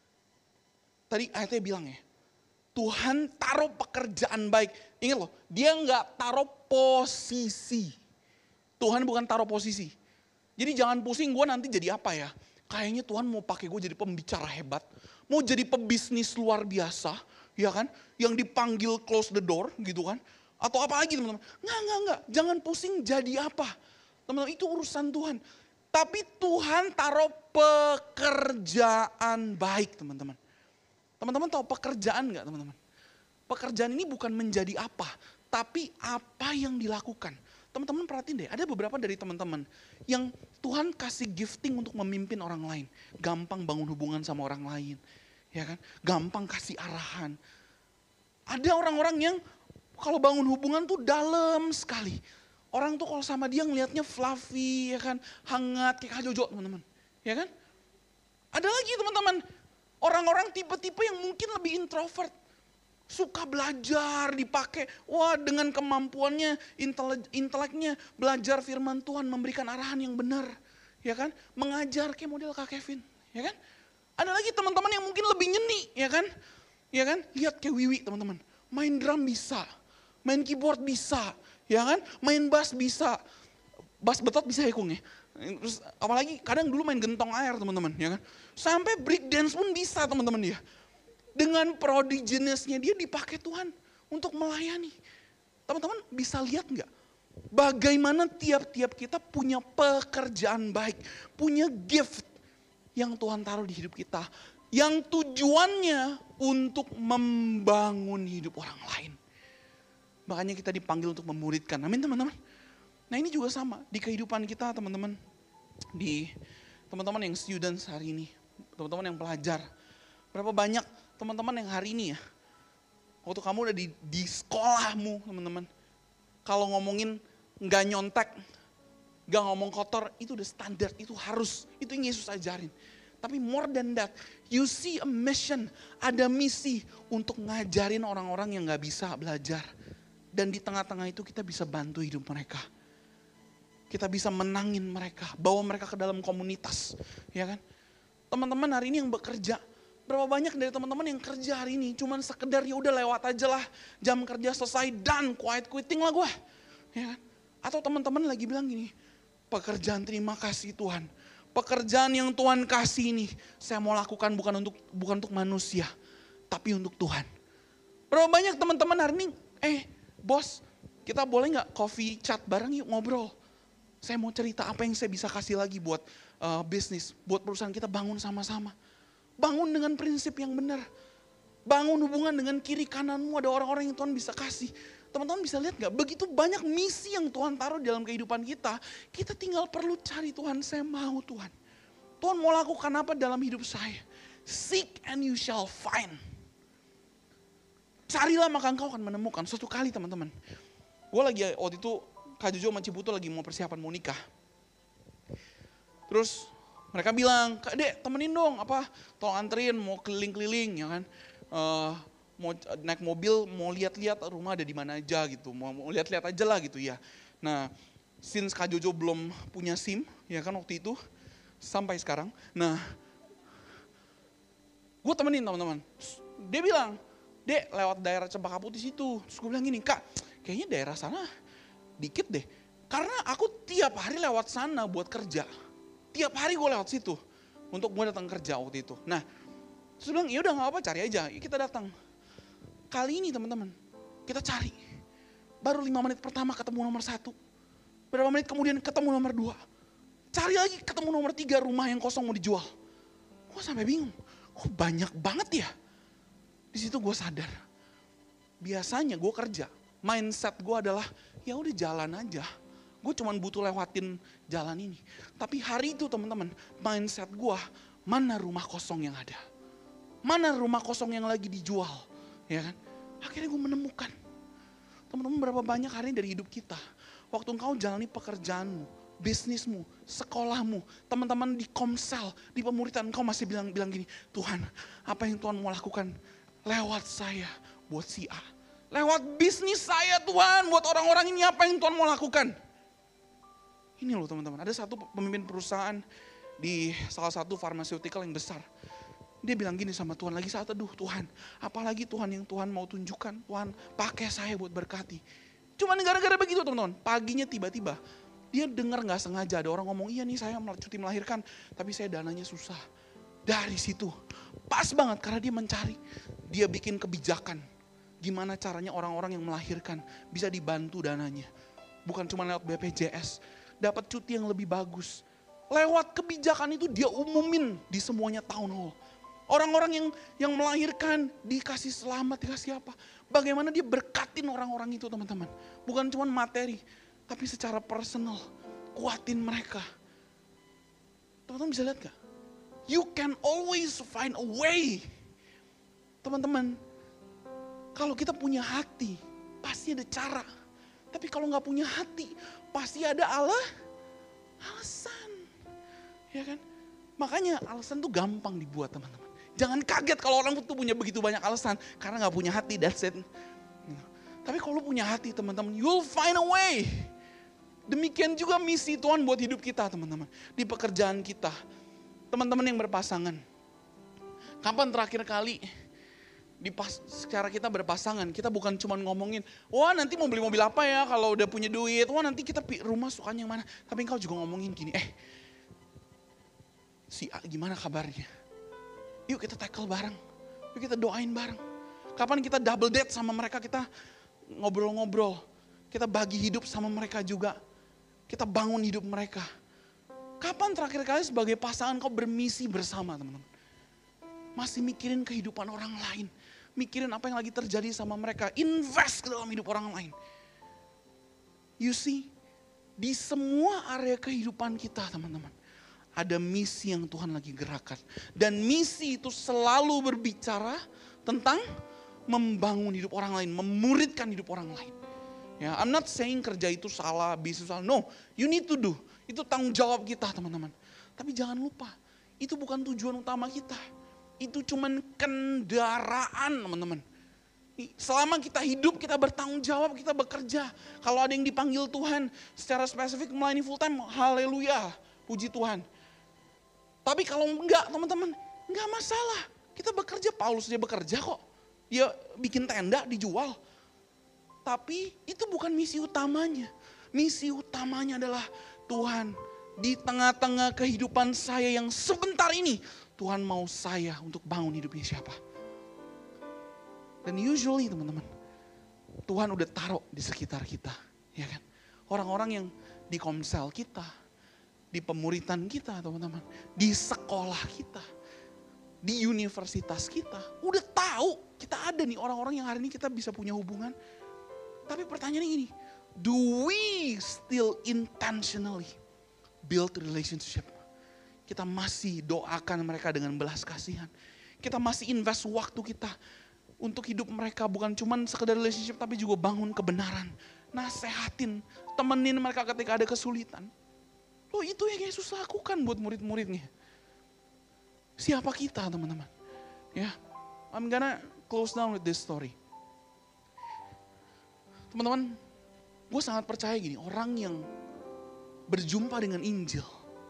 Tadi ayatnya bilang ya. Tuhan taruh pekerjaan baik. Ingat loh, dia gak taruh posisi. Tuhan bukan taruh posisi. Jadi jangan pusing gue nanti jadi apa ya. Kayaknya Tuhan mau pakai gue jadi pembicara hebat. Mau jadi pebisnis luar biasa. Ya kan, yang dipanggil close the door gitu kan. Atau apa lagi teman-teman. Enggak. Jangan pusing jadi apa. Teman-teman itu urusan Tuhan. Tapi Tuhan taruh pekerjaan baik teman-teman. Teman-teman tahu pekerjaan enggak teman-teman? Pekerjaan ini bukan menjadi apa. Tapi apa yang dilakukan. Teman-teman perhatiin deh, ada beberapa dari teman-teman yang Tuhan kasih gifting untuk memimpin orang lain. Gampang bangun hubungan sama orang lain. Ya kan? Gampang kasih arahan. Ada orang-orang yang kalau bangun hubungan tuh dalam sekali. Orang tuh kalau sama dia ngelihatnya fluffy, ya kan, hangat kayak Kak Jojo, teman-teman. Ya kan? Ada lagi teman-teman, orang-orang tipe-tipe yang mungkin lebih introvert. Suka belajar, dipakai, dengan kemampuannya, inteleknya, belajar firman Tuhan, memberikan arahan yang benar. Ya kan, mengajar kayak model Kak Kevin. Ya kan, ada lagi teman-teman yang mungkin lebih nyeni, ya kan. Ya kan, lihat kayak Wiwi teman-teman, main drum bisa, main keyboard bisa, ya kan, main bass bisa. Bass betot bisa ya Kung ya. Terus apalagi kadang dulu main gentong air teman-teman, ya kan. Sampai break dance pun bisa teman-teman dia. Dengan prodigious-nya dia dipakai Tuhan untuk melayani. Teman-teman bisa lihat nggak? Bagaimana tiap-tiap kita punya pekerjaan baik, punya gift yang Tuhan taruh di hidup kita. Yang tujuannya untuk membangun hidup orang lain. Makanya kita dipanggil untuk memuridkan. Amin teman-teman. Nah ini juga sama di kehidupan kita teman-teman. Di teman-teman yang students hari ini, teman-teman yang pelajar. Berapa banyak teman-teman yang hari ini ya, waktu kamu udah di sekolahmu teman-teman. Kalau ngomongin nggak nyontek, nggak ngomong kotor, itu udah standar, itu harus. Itu yang Yesus ajarin. Tapi more than that, you see a mission, ada misi untuk ngajarin orang-orang yang nggak bisa belajar. Dan di tengah-tengah itu kita bisa bantu hidup mereka. Kita bisa menangin mereka, bawa mereka ke dalam komunitas, ya kan? Teman-teman hari ini yang bekerja, berapa banyak dari teman-teman yang kerja hari ini cuman sekedar ya udah lewat aja lah, jam kerja selesai dan quiet quitting lah gue, ya kan? Atau teman-teman lagi bilang gini, pekerjaan terima kasih Tuhan, pekerjaan yang Tuhan kasih ini saya mau lakukan bukan untuk manusia, tapi untuk Tuhan. Berapa banyak teman-teman hari ini, bos, kita boleh nggak coffee chat bareng yuk ngobrol? Saya mau cerita apa yang saya bisa kasih lagi buat bisnis, buat perusahaan kita bangun sama-sama. Bangun dengan prinsip yang benar. Bangun hubungan dengan kiri kananmu, ada orang-orang yang Tuhan bisa kasih. Teman-teman bisa lihat gak, begitu banyak misi yang Tuhan taruh dalam kehidupan kita. Kita tinggal perlu cari Tuhan, saya mau Tuhan. Tuhan mau lakukan apa dalam hidup saya. Seek and you shall find. Carilah maka engkau akan menemukan. Suatu kali teman-teman, gue lagi waktu itu Kak Jojo sama Ciputu lagi mau persiapan mau nikah. Terus mereka bilang, Kak Dek temenin dong, tolong anterin mau keliling-keliling ya kan. Mau naik mobil, mau lihat-lihat rumah ada di mana aja gitu. Mau lihat-lihat aja lah gitu ya. Nah, since Kak Jojo belum punya SIM ya kan waktu itu, sampai sekarang. Nah, gue temenin teman-teman. Dia bilang, Dek lewat daerah Cempaka Putih situ. Terus gue bilang gini, Kak kayaknya daerah sana dikit deh, karena aku tiap hari lewat sana buat kerja. Tiap hari gue lewat situ untuk gue datang kerja waktu itu. Nah, terus bilang ya udah nggak apa, cari aja. Ya, kita datang. Kali ini teman-teman, kita cari. Baru 5 menit pertama ketemu nomor 1. Berapa menit kemudian ketemu nomor 2. Cari lagi ketemu nomor 3, rumah yang kosong mau dijual. Gue sampai bingung, kok banyak banget ya. Di situ gue sadar, biasanya gue kerja, mindset gue adalah ya udah jalan aja. Gue cuma butuh lewatin jalan ini. Tapi hari itu teman-teman, mindset gue, mana rumah kosong yang ada? Mana rumah kosong yang lagi dijual? Ya kan? Akhirnya gue menemukan. Teman-teman berapa banyak hari ini dari hidup kita. Waktu engkau jalani pekerjaanmu, bisnismu, sekolahmu, teman-teman di Komsel, di pemuritan, engkau masih bilang gini, Tuhan apa yang Tuhan mau lakukan lewat saya buat si A. Lewat bisnis saya Tuhan, buat orang-orang ini apa yang Tuhan mau lakukan. Ini loh teman-teman, ada satu pemimpin perusahaan di salah satu pharmaceutical yang besar. Dia bilang gini sama Tuhan, lagi saat teduh, Tuhan apalagi Tuhan yang Tuhan mau tunjukkan, Tuhan pakai saya buat berkati. Cuma gara-gara begitu teman-teman, paginya tiba-tiba dia dengar gak sengaja ada orang ngomong, iya nih saya cuti melahirkan, tapi saya dananya susah. Dari situ, pas banget karena dia mencari, dia bikin kebijakan. Gimana caranya orang-orang yang melahirkan bisa dibantu dananya. Bukan cuma lewat BPJS, dapat cuti yang lebih bagus. Lewat kebijakan itu dia umumin di semuanya town hall. Orang-orang yang melahirkan dikasih selamat, dikasih apa. Bagaimana dia berkatin orang-orang itu teman-teman. Bukan cuma materi, tapi secara personal. Kuatin mereka. Teman-teman bisa lihat gak? You can always find a way. Teman-teman, kalau kita punya hati, pasti ada cara. Tapi kalau gak punya hati, pasti ada alasan. Ya kan? Makanya alasan tuh gampang dibuat teman-teman. Jangan kaget kalau orang tuh punya begitu banyak alasan. Karena gak punya hati, that's it. Tapi kalau punya hati teman-teman, you'll find a way. Demikian juga misi Tuhan buat hidup kita teman-teman. Di pekerjaan kita. Teman-teman yang berpasangan. Kapan terakhir kali secara kita berpasangan, kita bukan cuma ngomongin, wah nanti mau beli mobil apa ya kalau udah punya duit, wah nanti kita rumah sukanya yang mana. Tapi engkau juga ngomongin gini, si A gimana kabarnya? Yuk kita tackle bareng, yuk kita doain bareng. Kapan kita double date sama mereka, kita ngobrol-ngobrol, kita bagi hidup sama mereka juga, kita bangun hidup mereka. Kapan terakhir kali sebagai pasangan kau bermisi bersama teman-teman? Masih mikirin kehidupan orang lain. Mikirin apa yang lagi terjadi sama mereka. Invest ke dalam hidup orang lain. You see, di semua area kehidupan kita teman-teman. Ada misi yang Tuhan lagi gerakan. Dan misi itu selalu berbicara tentang membangun hidup orang lain. Memuridkan hidup orang lain. Ya, I'm not saying kerja itu salah, bisnis salah. No, you need to do. Itu tanggung jawab kita teman-teman. Tapi jangan lupa, itu bukan tujuan utama kita. Itu cuman kendaraan teman-teman. Selama kita hidup, kita bertanggung jawab, kita bekerja. Kalau ada yang dipanggil Tuhan secara spesifik melayani full time, haleluya, puji Tuhan. Tapi kalau enggak teman-teman, enggak masalah. Kita bekerja, Paulus dia bekerja kok. Dia bikin tenda, dijual. Tapi itu bukan misi utamanya. Misi utamanya adalah Tuhan, di tengah-tengah kehidupan saya yang sebentar ini, Tuhan mau saya untuk bangun hidupnya siapa. Dan usually teman-teman, Tuhan udah taruh di sekitar kita. Ya kan? Orang-orang yang di komsel kita, di pemuritan kita teman-teman, di sekolah kita, di universitas kita. Udah tahu kita ada nih orang-orang yang hari ini kita bisa punya hubungan. Tapi pertanyaannya ini, do we still intentionally build relationship? Kita masih doakan mereka dengan belas kasihan. Kita masih invest waktu kita untuk hidup mereka. Bukan cuma sekedar relationship tapi juga bangun kebenaran. Nasehatin, temenin mereka ketika ada kesulitan. Loh itu yang Yesus lakukan buat murid-muridnya. Siapa kita teman-teman? Ya, I'm gonna close down with this story. Teman-teman, gue sangat percaya gini, orang yang berjumpa dengan Injil,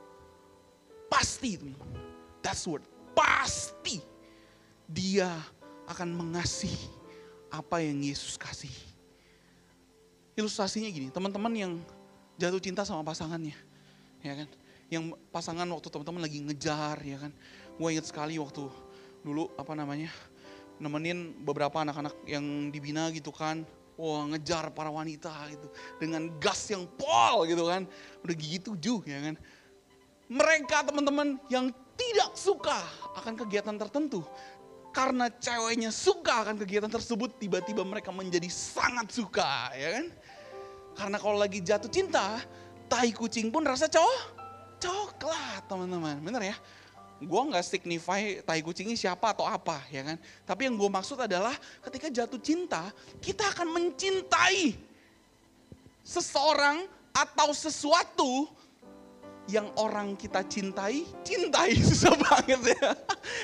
pasti teman-teman, that's word, pasti dia akan mengasihi apa yang Yesus kasih. Ilustrasinya gini, teman-teman yang jatuh cinta sama pasangannya, ya kan? Yang pasangan waktu teman-teman lagi ngejar, ya kan? Gue ingat sekali waktu dulu nemenin beberapa anak-anak yang dibina gitu kan. Wah, ngejar para wanita gitu dengan gas yang pol gitu kan. Udah gitu ya kan. Mereka teman-teman yang tidak suka akan kegiatan tertentu, karena ceweknya suka akan kegiatan tersebut, tiba-tiba mereka menjadi sangat suka, ya kan? Karena kalau lagi jatuh cinta, tai kucing pun rasa coklat teman-teman, bener ya? Gue gak signify tai kucingnya siapa atau apa, ya kan? Tapi yang gue maksud adalah ketika jatuh cinta, kita akan mencintai seseorang atau sesuatu yang orang kita cintai, susah banget ya.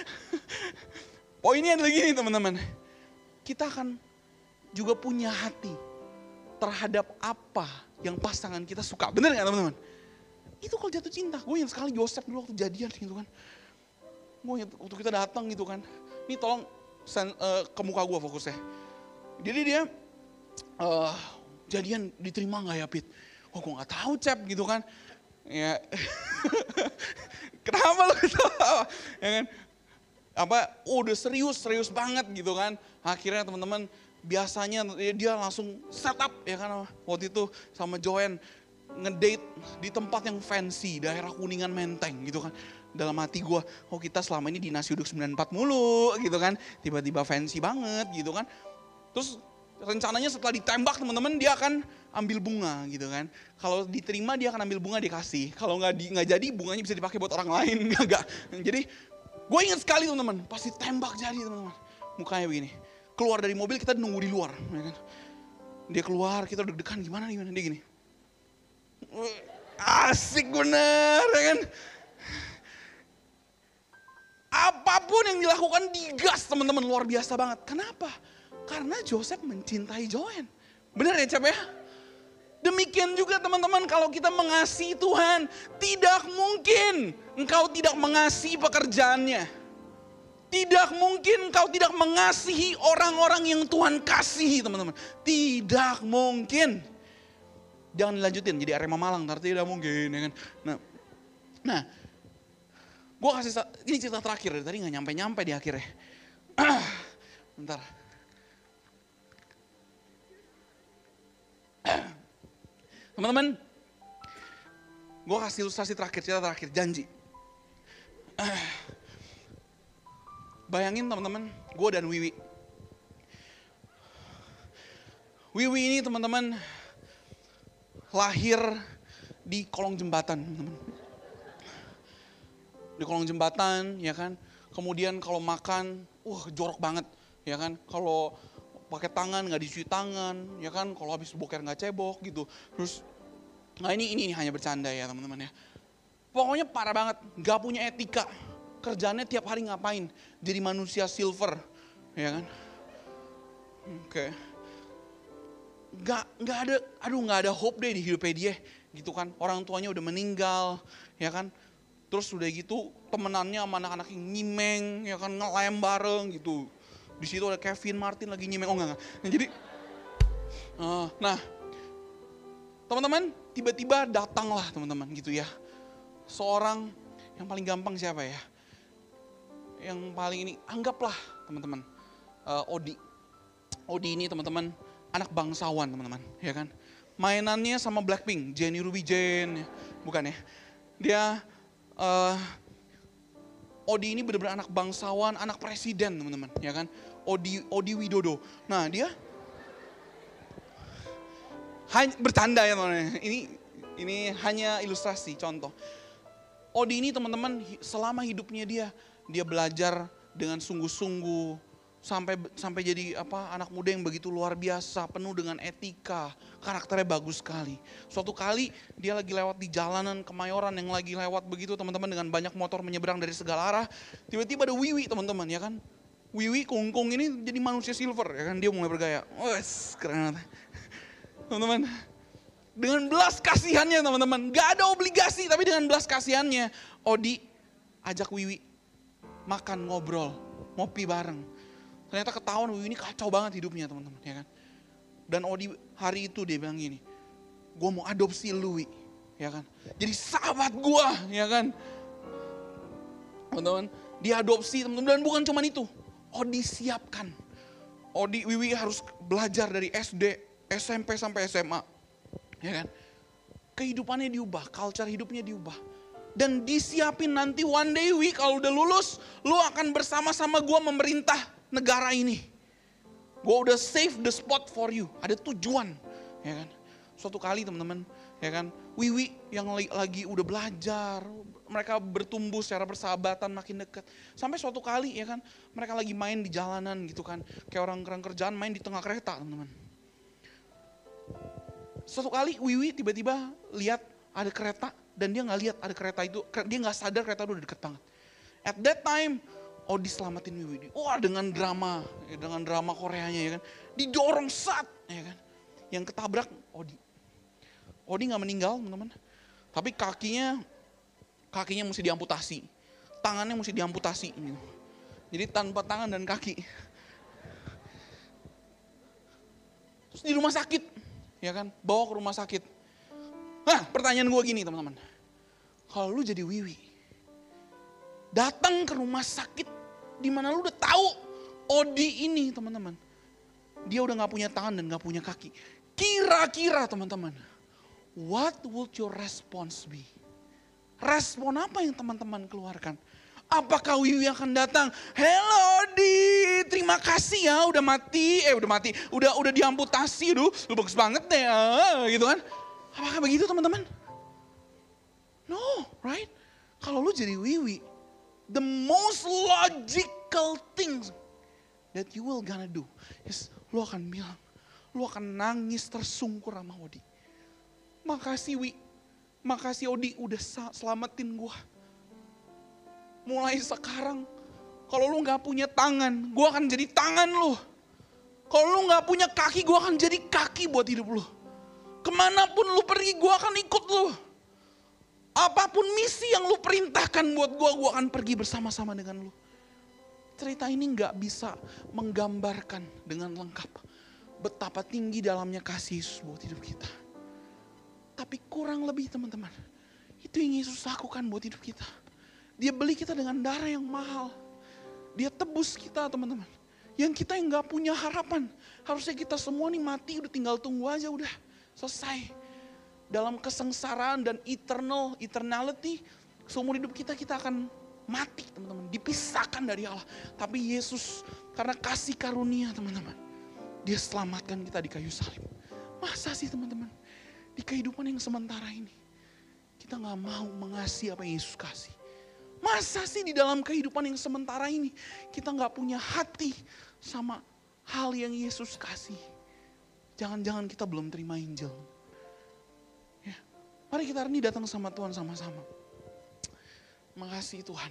Poinnya adalah gini teman-teman, kita akan juga punya hati terhadap apa yang pasangan kita suka, bener gak teman-teman? Itu kalau jatuh cinta, gue yang sekali Yosef dulu waktu jadian gitu kan. Waktu kita datang gitu kan, ini tolong ke muka gue fokusnya. Jadi dia jadian diterima gak ya Pit? Oh gue gak tahu Cep gitu kan. Ya, kenapa lo ketawa? Ya kan? Udah serius banget gitu kan. Akhirnya teman-teman biasanya dia langsung set up ya kan. Waktu itu sama Joen ngedate di tempat yang fancy, daerah Kuningan Menteng gitu kan. Dalam hati gue, kita selama ini di nasi uduk 94 mulu gitu kan. Tiba-tiba fancy banget gitu kan. Terus rencananya setelah ditembak teman-teman dia akan ambil bunga gitu kan. Kalau diterima dia akan ambil bunga dikasih. Kalau nggak jadi bunganya bisa dipakai buat orang lain. Enggak. Jadi gue ingat sekali teman-teman, pas ditembak jadi teman-teman. Mukanya begini. Keluar dari mobil kita nunggu di luar. Ya kan? Dia keluar, kita deg-degan gimana dia gini. Asik bener ya kan. apapun yang dilakukan digas teman-teman, luar biasa banget. Kenapa? Karena Joseph mencintai Joanne. Benar ya Cap ya? Demikian juga teman-teman, kalau kita mengasihi Tuhan, tidak mungkin engkau tidak mengasihi pekerjaannya. Tidak mungkin engkau tidak mengasihi orang-orang yang Tuhan kasihi teman-teman. Tidak mungkin. Jangan dilanjutin jadi Arema Malang, tidak mungkin ya kan. Nah, gue kasih, ini cerita terakhir, tadi gak nyampe-nyampe di akhirnya. Bentar. Teman-teman, gue kasih ilustrasi terakhir, cerita terakhir, janji. Bayangin teman-teman, gue dan Wiwi. Wiwi ini teman-teman lahir di kolong jembatan, teman-teman. Di kolong jembatan, ya kan. Kemudian kalau makan, jorok banget, ya kan. Kalau pakai tangan nggak dicuci tangan, ya kan. Kalau habis boker nggak cebok gitu. Terus, nah ini hanya bercanda ya teman-teman ya. Pokoknya parah banget, nggak punya etika. Kerjaannya tiap hari ngapain? Jadi manusia silver, ya kan. Oke. Nggak ada hope deh di hidupnya dia, gitu kan. Orang tuanya udah meninggal, ya kan. Terus udah gitu temenannya sama anak-anak yang nyimeng, ya kan, ngelem bareng gitu. Di situ ada Kevin Martin lagi nyimeng, enggak. Nah, jadi, nah, teman-teman, tiba-tiba datanglah teman-teman gitu ya. Seorang yang paling gampang siapa ya? Yang paling ini, anggaplah teman-teman, Odi. Odi ini teman-teman, anak bangsawan teman-teman, ya kan. Mainannya sama Blackpink, Jennie Ruby Jane, bukan ya. Dia, Odi ini benar-benar anak bangsawan, anak presiden teman-teman, ya kan. Odi Widodo. Nah dia bercanda ya teman-teman. Ini hanya ilustrasi, contoh. Odi ini teman-teman selama hidupnya dia belajar dengan sungguh-sungguh sampai jadi anak muda yang begitu luar biasa, penuh dengan etika, karakternya bagus sekali. Suatu kali dia lagi lewat di jalanan Kemayoran yang lagi lewat begitu teman-teman dengan banyak motor menyeberang dari segala arah. Tiba-tiba ada Wiwi teman-teman ya kan. Wiwi kungkung ini jadi manusia silver ya kan, dia mulai bergaya. Wes keren banget. Teman-teman, dengan belas kasihannya teman-teman, gak ada obligasi tapi dengan belas kasihannya, Odi ajak Wiwi makan, ngobrol, ngopi bareng. Ternyata ketahuan Wiwi ini kacau banget hidupnya teman-teman, ya kan. Dan Odi hari itu dia bilang gini, gue mau adopsi lu, Wi, ya kan. Jadi sahabat gue, ya kan. Teman-teman, diadopsi teman-teman, dan bukan cuma itu, Odi siapkan. Wiwi harus belajar dari SD, SMP sampai SMA, ya kan. Kehidupannya diubah, culture hidupnya diubah. Dan disiapin nanti one day Wi kalau udah lulus, lu akan bersama-sama gue memerintah negara ini. Gue udah save the spot for you. Ada tujuan, ya kan. Suatu kali teman-teman, ya kan, Wiwi yang lagi udah belajar, mereka bertumbuh secara persahabatan makin dekat. Sampai suatu kali ya kan, mereka lagi main di jalanan gitu kan, kayak orang kerjaan main di tengah kereta teman-teman. Suatu kali Wiwi tiba-tiba lihat ada kereta dan dia nggak lihat ada kereta itu, dia nggak sadar kereta itu udah deket banget. At that time, Odi selamatin Wiwi. Wah dengan drama Koreanya ya kan. Didorong sat ya kan. Yang ketabrak Odi. Odi gak meninggal teman-teman. Tapi kakinya mesti diamputasi. Tangannya mesti diamputasi. Jadi tanpa tangan dan kaki. Terus di rumah sakit. Ya kan. Bawa ke rumah sakit. Nah pertanyaan gue gini teman-teman. Kalau lu jadi Wiwi. Datang ke rumah sakit di mana lu udah tahu Odi ini teman-teman. Dia udah gak punya tangan dan gak punya kaki. Kira-kira teman-teman, what would your response be? Respon apa yang teman-teman keluarkan? Apakah Wiwi akan datang? Hello Odi, terima kasih ya udah mati. Udah diamputasi, lu bagus banget deh. Gitu kan. Apakah begitu teman-teman? No, right? Kalau lu jadi Wiwi, the most logical things that you will gonna do is lu akan bilang, lu akan nangis tersungkur sama Odi. Makasih Wi, makasih Odi udah selamatin gua. Mulai sekarang Kalau lu gak punya tangan, gue akan jadi tangan lu. Kalau lu gak punya kaki, gue akan jadi kaki buat hidup lu. Kemanapun lu pergi, gue akan ikut lu. Apapun misi yang lu perintahkan buat gue akan pergi bersama-sama dengan lu. Cerita ini gak bisa menggambarkan dengan lengkap betapa tinggi dalamnya kasih Yesus buat hidup kita. Tapi kurang lebih teman-teman, itu yang Yesus lakukan buat hidup kita. Dia beli kita dengan darah yang mahal. Dia tebus kita teman-teman. Yang kita yang gak punya harapan. Harusnya kita semua nih mati udah tinggal tunggu aja udah selesai. Dalam kesengsaraan dan eternality, seumur hidup kita akan mati teman-teman. Dipisahkan dari Allah. Tapi Yesus karena kasih karunia teman-teman. Dia selamatkan kita di kayu salib. Masa sih teman-teman, di kehidupan yang sementara ini, kita gak mau mengasihi apa yang Yesus kasih. Masa sih di dalam kehidupan yang sementara ini kita gak punya hati sama hal yang Yesus kasih. Jangan-jangan kita belum terima Injil. Ya, mari kita hari ini datang sama Tuhan sama-sama. Makasih Tuhan.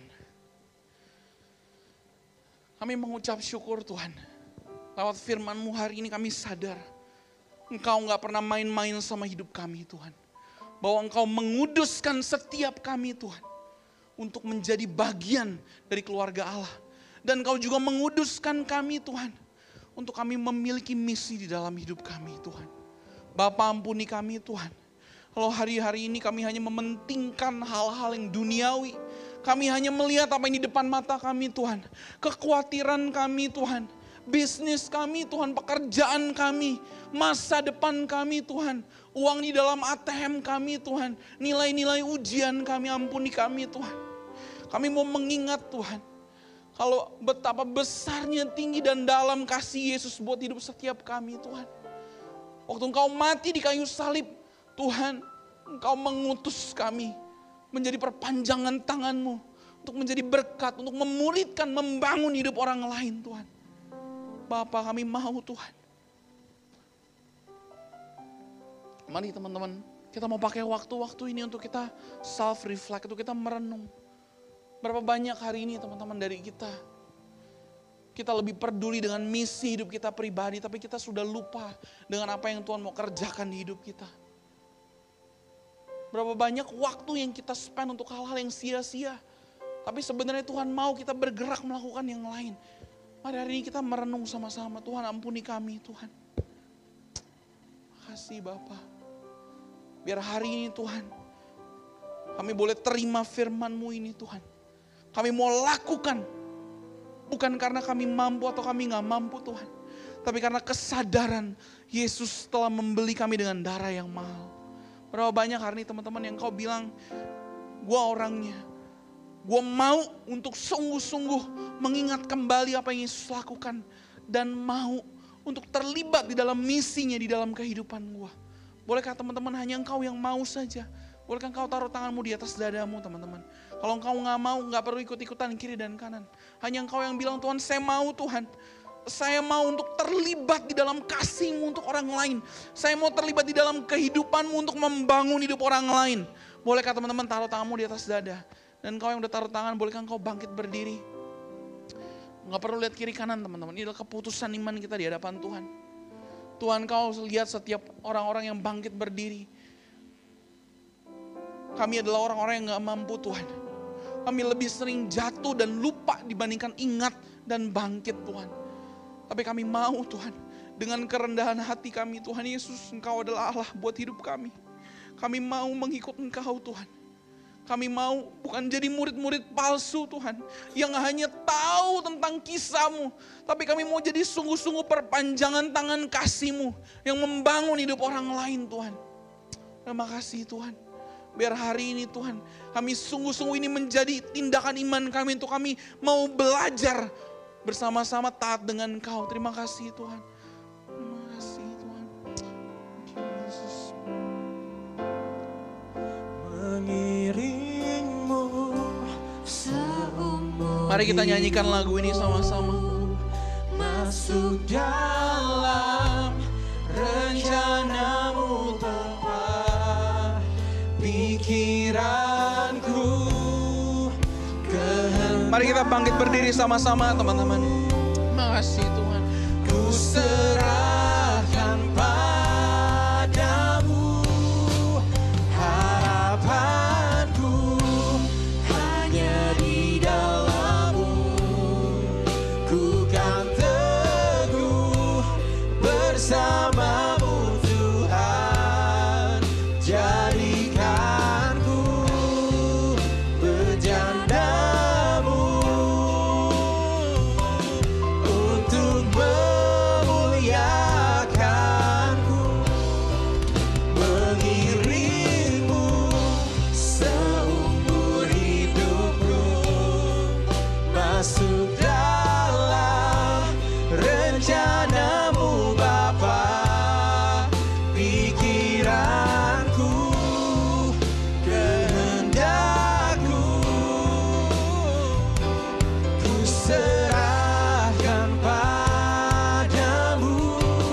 Kami mengucap syukur Tuhan. Lewat firman-Mu hari ini kami sadar Engkau gak pernah main-main sama hidup kami Tuhan. Bahwa Engkau menguduskan setiap kami Tuhan. Untuk menjadi bagian dari keluarga Allah. Dan Engkau juga menguduskan kami Tuhan. Untuk kami memiliki misi di dalam hidup kami Tuhan. Bapa ampuni kami Tuhan. Kalau hari-hari ini kami hanya mementingkan hal-hal yang duniawi. Kami hanya melihat apa yang di depan mata kami Tuhan. Kekhawatiran kami Tuhan. Bisnis kami Tuhan, pekerjaan kami, masa depan kami Tuhan, uang di dalam ATM kami Tuhan, nilai-nilai ujian kami, ampuni kami Tuhan. Kami mau mengingat Tuhan, kalau betapa besarnya tinggi dan dalam kasih Yesus buat hidup setiap kami Tuhan. Waktu Engkau mati di kayu salib, Tuhan, Engkau mengutus kami menjadi perpanjangan tangan-Mu, untuk menjadi berkat, untuk memuridkan, membangun hidup orang lain Tuhan. Bapa kami mau Tuhan. Mari teman-teman, kita mau pakai waktu-waktu ini untuk kita self-reflect, untuk kita merenung. Berapa banyak hari ini teman-teman dari kita lebih peduli dengan misi hidup kita pribadi, tapi kita sudah lupa dengan apa yang Tuhan mau kerjakan di hidup kita. Berapa banyak waktu yang kita spend untuk hal-hal yang sia-sia, tapi sebenarnya Tuhan mau kita bergerak melakukan yang lain. Mari hari ini kita merenung sama-sama. Tuhan ampuni kami Tuhan. Makasih Bapa. Biar hari ini Tuhan, kami boleh terima firman-Mu ini Tuhan. Kami mau lakukan. Bukan karena kami mampu atau kami gak mampu Tuhan. Tapi karena kesadaran Yesus telah membeli kami dengan darah yang mahal. Berapa banyak hari ini teman-teman yang Kau bilang, gua orangnya. Gue mau untuk sungguh-sungguh mengingat kembali apa yang Yesus lakukan. Dan mau untuk terlibat di dalam misinya di dalam kehidupan gue. Bolehkah teman-teman hanya Engkau yang mau saja? Bolehkah Engkau taruh tanganmu di atas dadamu teman-teman? Kalau Engkau gak mau, gak perlu ikut-ikutan kiri dan kanan. Hanya Engkau yang bilang, Tuhan saya mau Tuhan. Saya mau untuk terlibat di dalam kasih-Mu untuk orang lain. Saya mau terlibat di dalam kehidupan-Mu untuk membangun hidup orang lain. Bolehkah teman-teman taruh tanganmu di atas dada? Dan kau yang udah taruh tangan, bolehkah kau bangkit berdiri? Gak perlu lihat kiri kanan teman-teman. Ini adalah keputusan iman kita di hadapan Tuhan. Tuhan kau lihat setiap orang-orang yang bangkit berdiri. Kami adalah orang-orang yang gak mampu Tuhan. Kami lebih sering jatuh dan lupa dibandingkan ingat dan bangkit Tuhan. Tapi kami mau Tuhan. Dengan kerendahan hati kami Tuhan Yesus, Engkau adalah Allah buat hidup kami. Kami mau mengikut Engkau Tuhan. Kami mau bukan jadi murid-murid palsu Tuhan. Yang hanya tahu tentang kisah-Mu. Tapi kami mau jadi sungguh-sungguh perpanjangan tangan kasih-Mu. Yang membangun hidup orang lain Tuhan. Terima kasih Tuhan. Biar hari ini Tuhan, kami sungguh-sungguh ini menjadi tindakan iman kami. Untuk kami mau belajar bersama-sama taat dengan Engkau. Terima kasih Tuhan. Terima kasih Tuhan. Yesus. Mengiringmu seumur. Mari kita nyanyikan lagu ini sama-sama. Masuk dalam rencana-Mu tepat, pikiranku kehendak. Mari kita bangkit berdiri sama-sama teman-teman. Makasih Tuhan. Ku serahkan padamu, harapanku hanya di dalam-Mu. Ku kan teguh bersama-Mu Tuhan, jadikan ku berjandamu untuk memuliakanku, mengiringmu seumur hidupku, masuk dalam rencana-Mu Bapa. Pikiranku, kehendakku, ku serahkan padamu,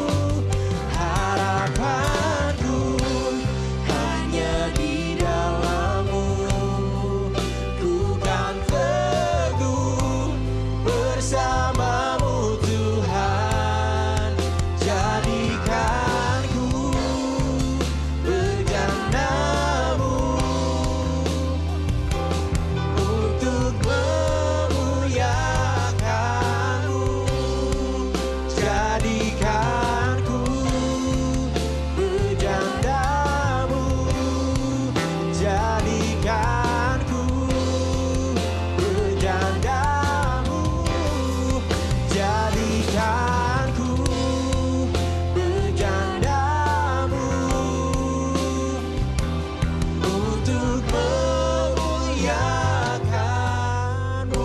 harapanku hanya di dalam-Mu. Ku kan teguh bersama-Mu Tuhan, jadikan ku berjandamu untuk memuliakanmu, jadikan ku berjandamu, jadikan ku berjandamu, jadikan ku berjandamu untuk memuliakanmu.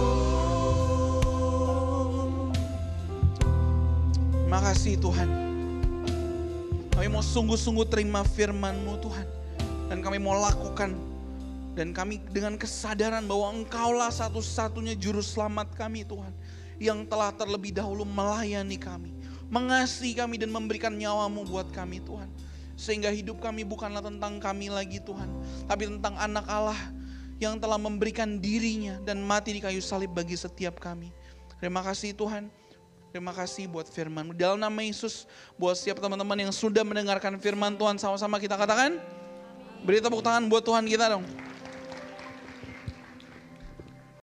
Makasih Tuhan. Kami mau sungguh-sungguh terima firman-Mu Tuhan. Dan kami mau lakukan. Dan kami dengan kesadaran bahwa Engkaulah satu-satunya juru selamat kami Tuhan. Yang telah terlebih dahulu melayani kami. Mengasihi kami dan memberikan nyawa-Mu buat kami Tuhan. Sehingga hidup kami bukanlah tentang kami lagi Tuhan. Tapi tentang anak Allah yang telah memberikan dirinya dan mati di kayu salib bagi setiap kami. Terima kasih Tuhan. Terima kasih buat firman-Mu. Dalam nama Yesus, buat setiap teman-teman yang sudah mendengarkan firman Tuhan, sama-sama kita katakan, beri tepuk tangan buat Tuhan kita dong.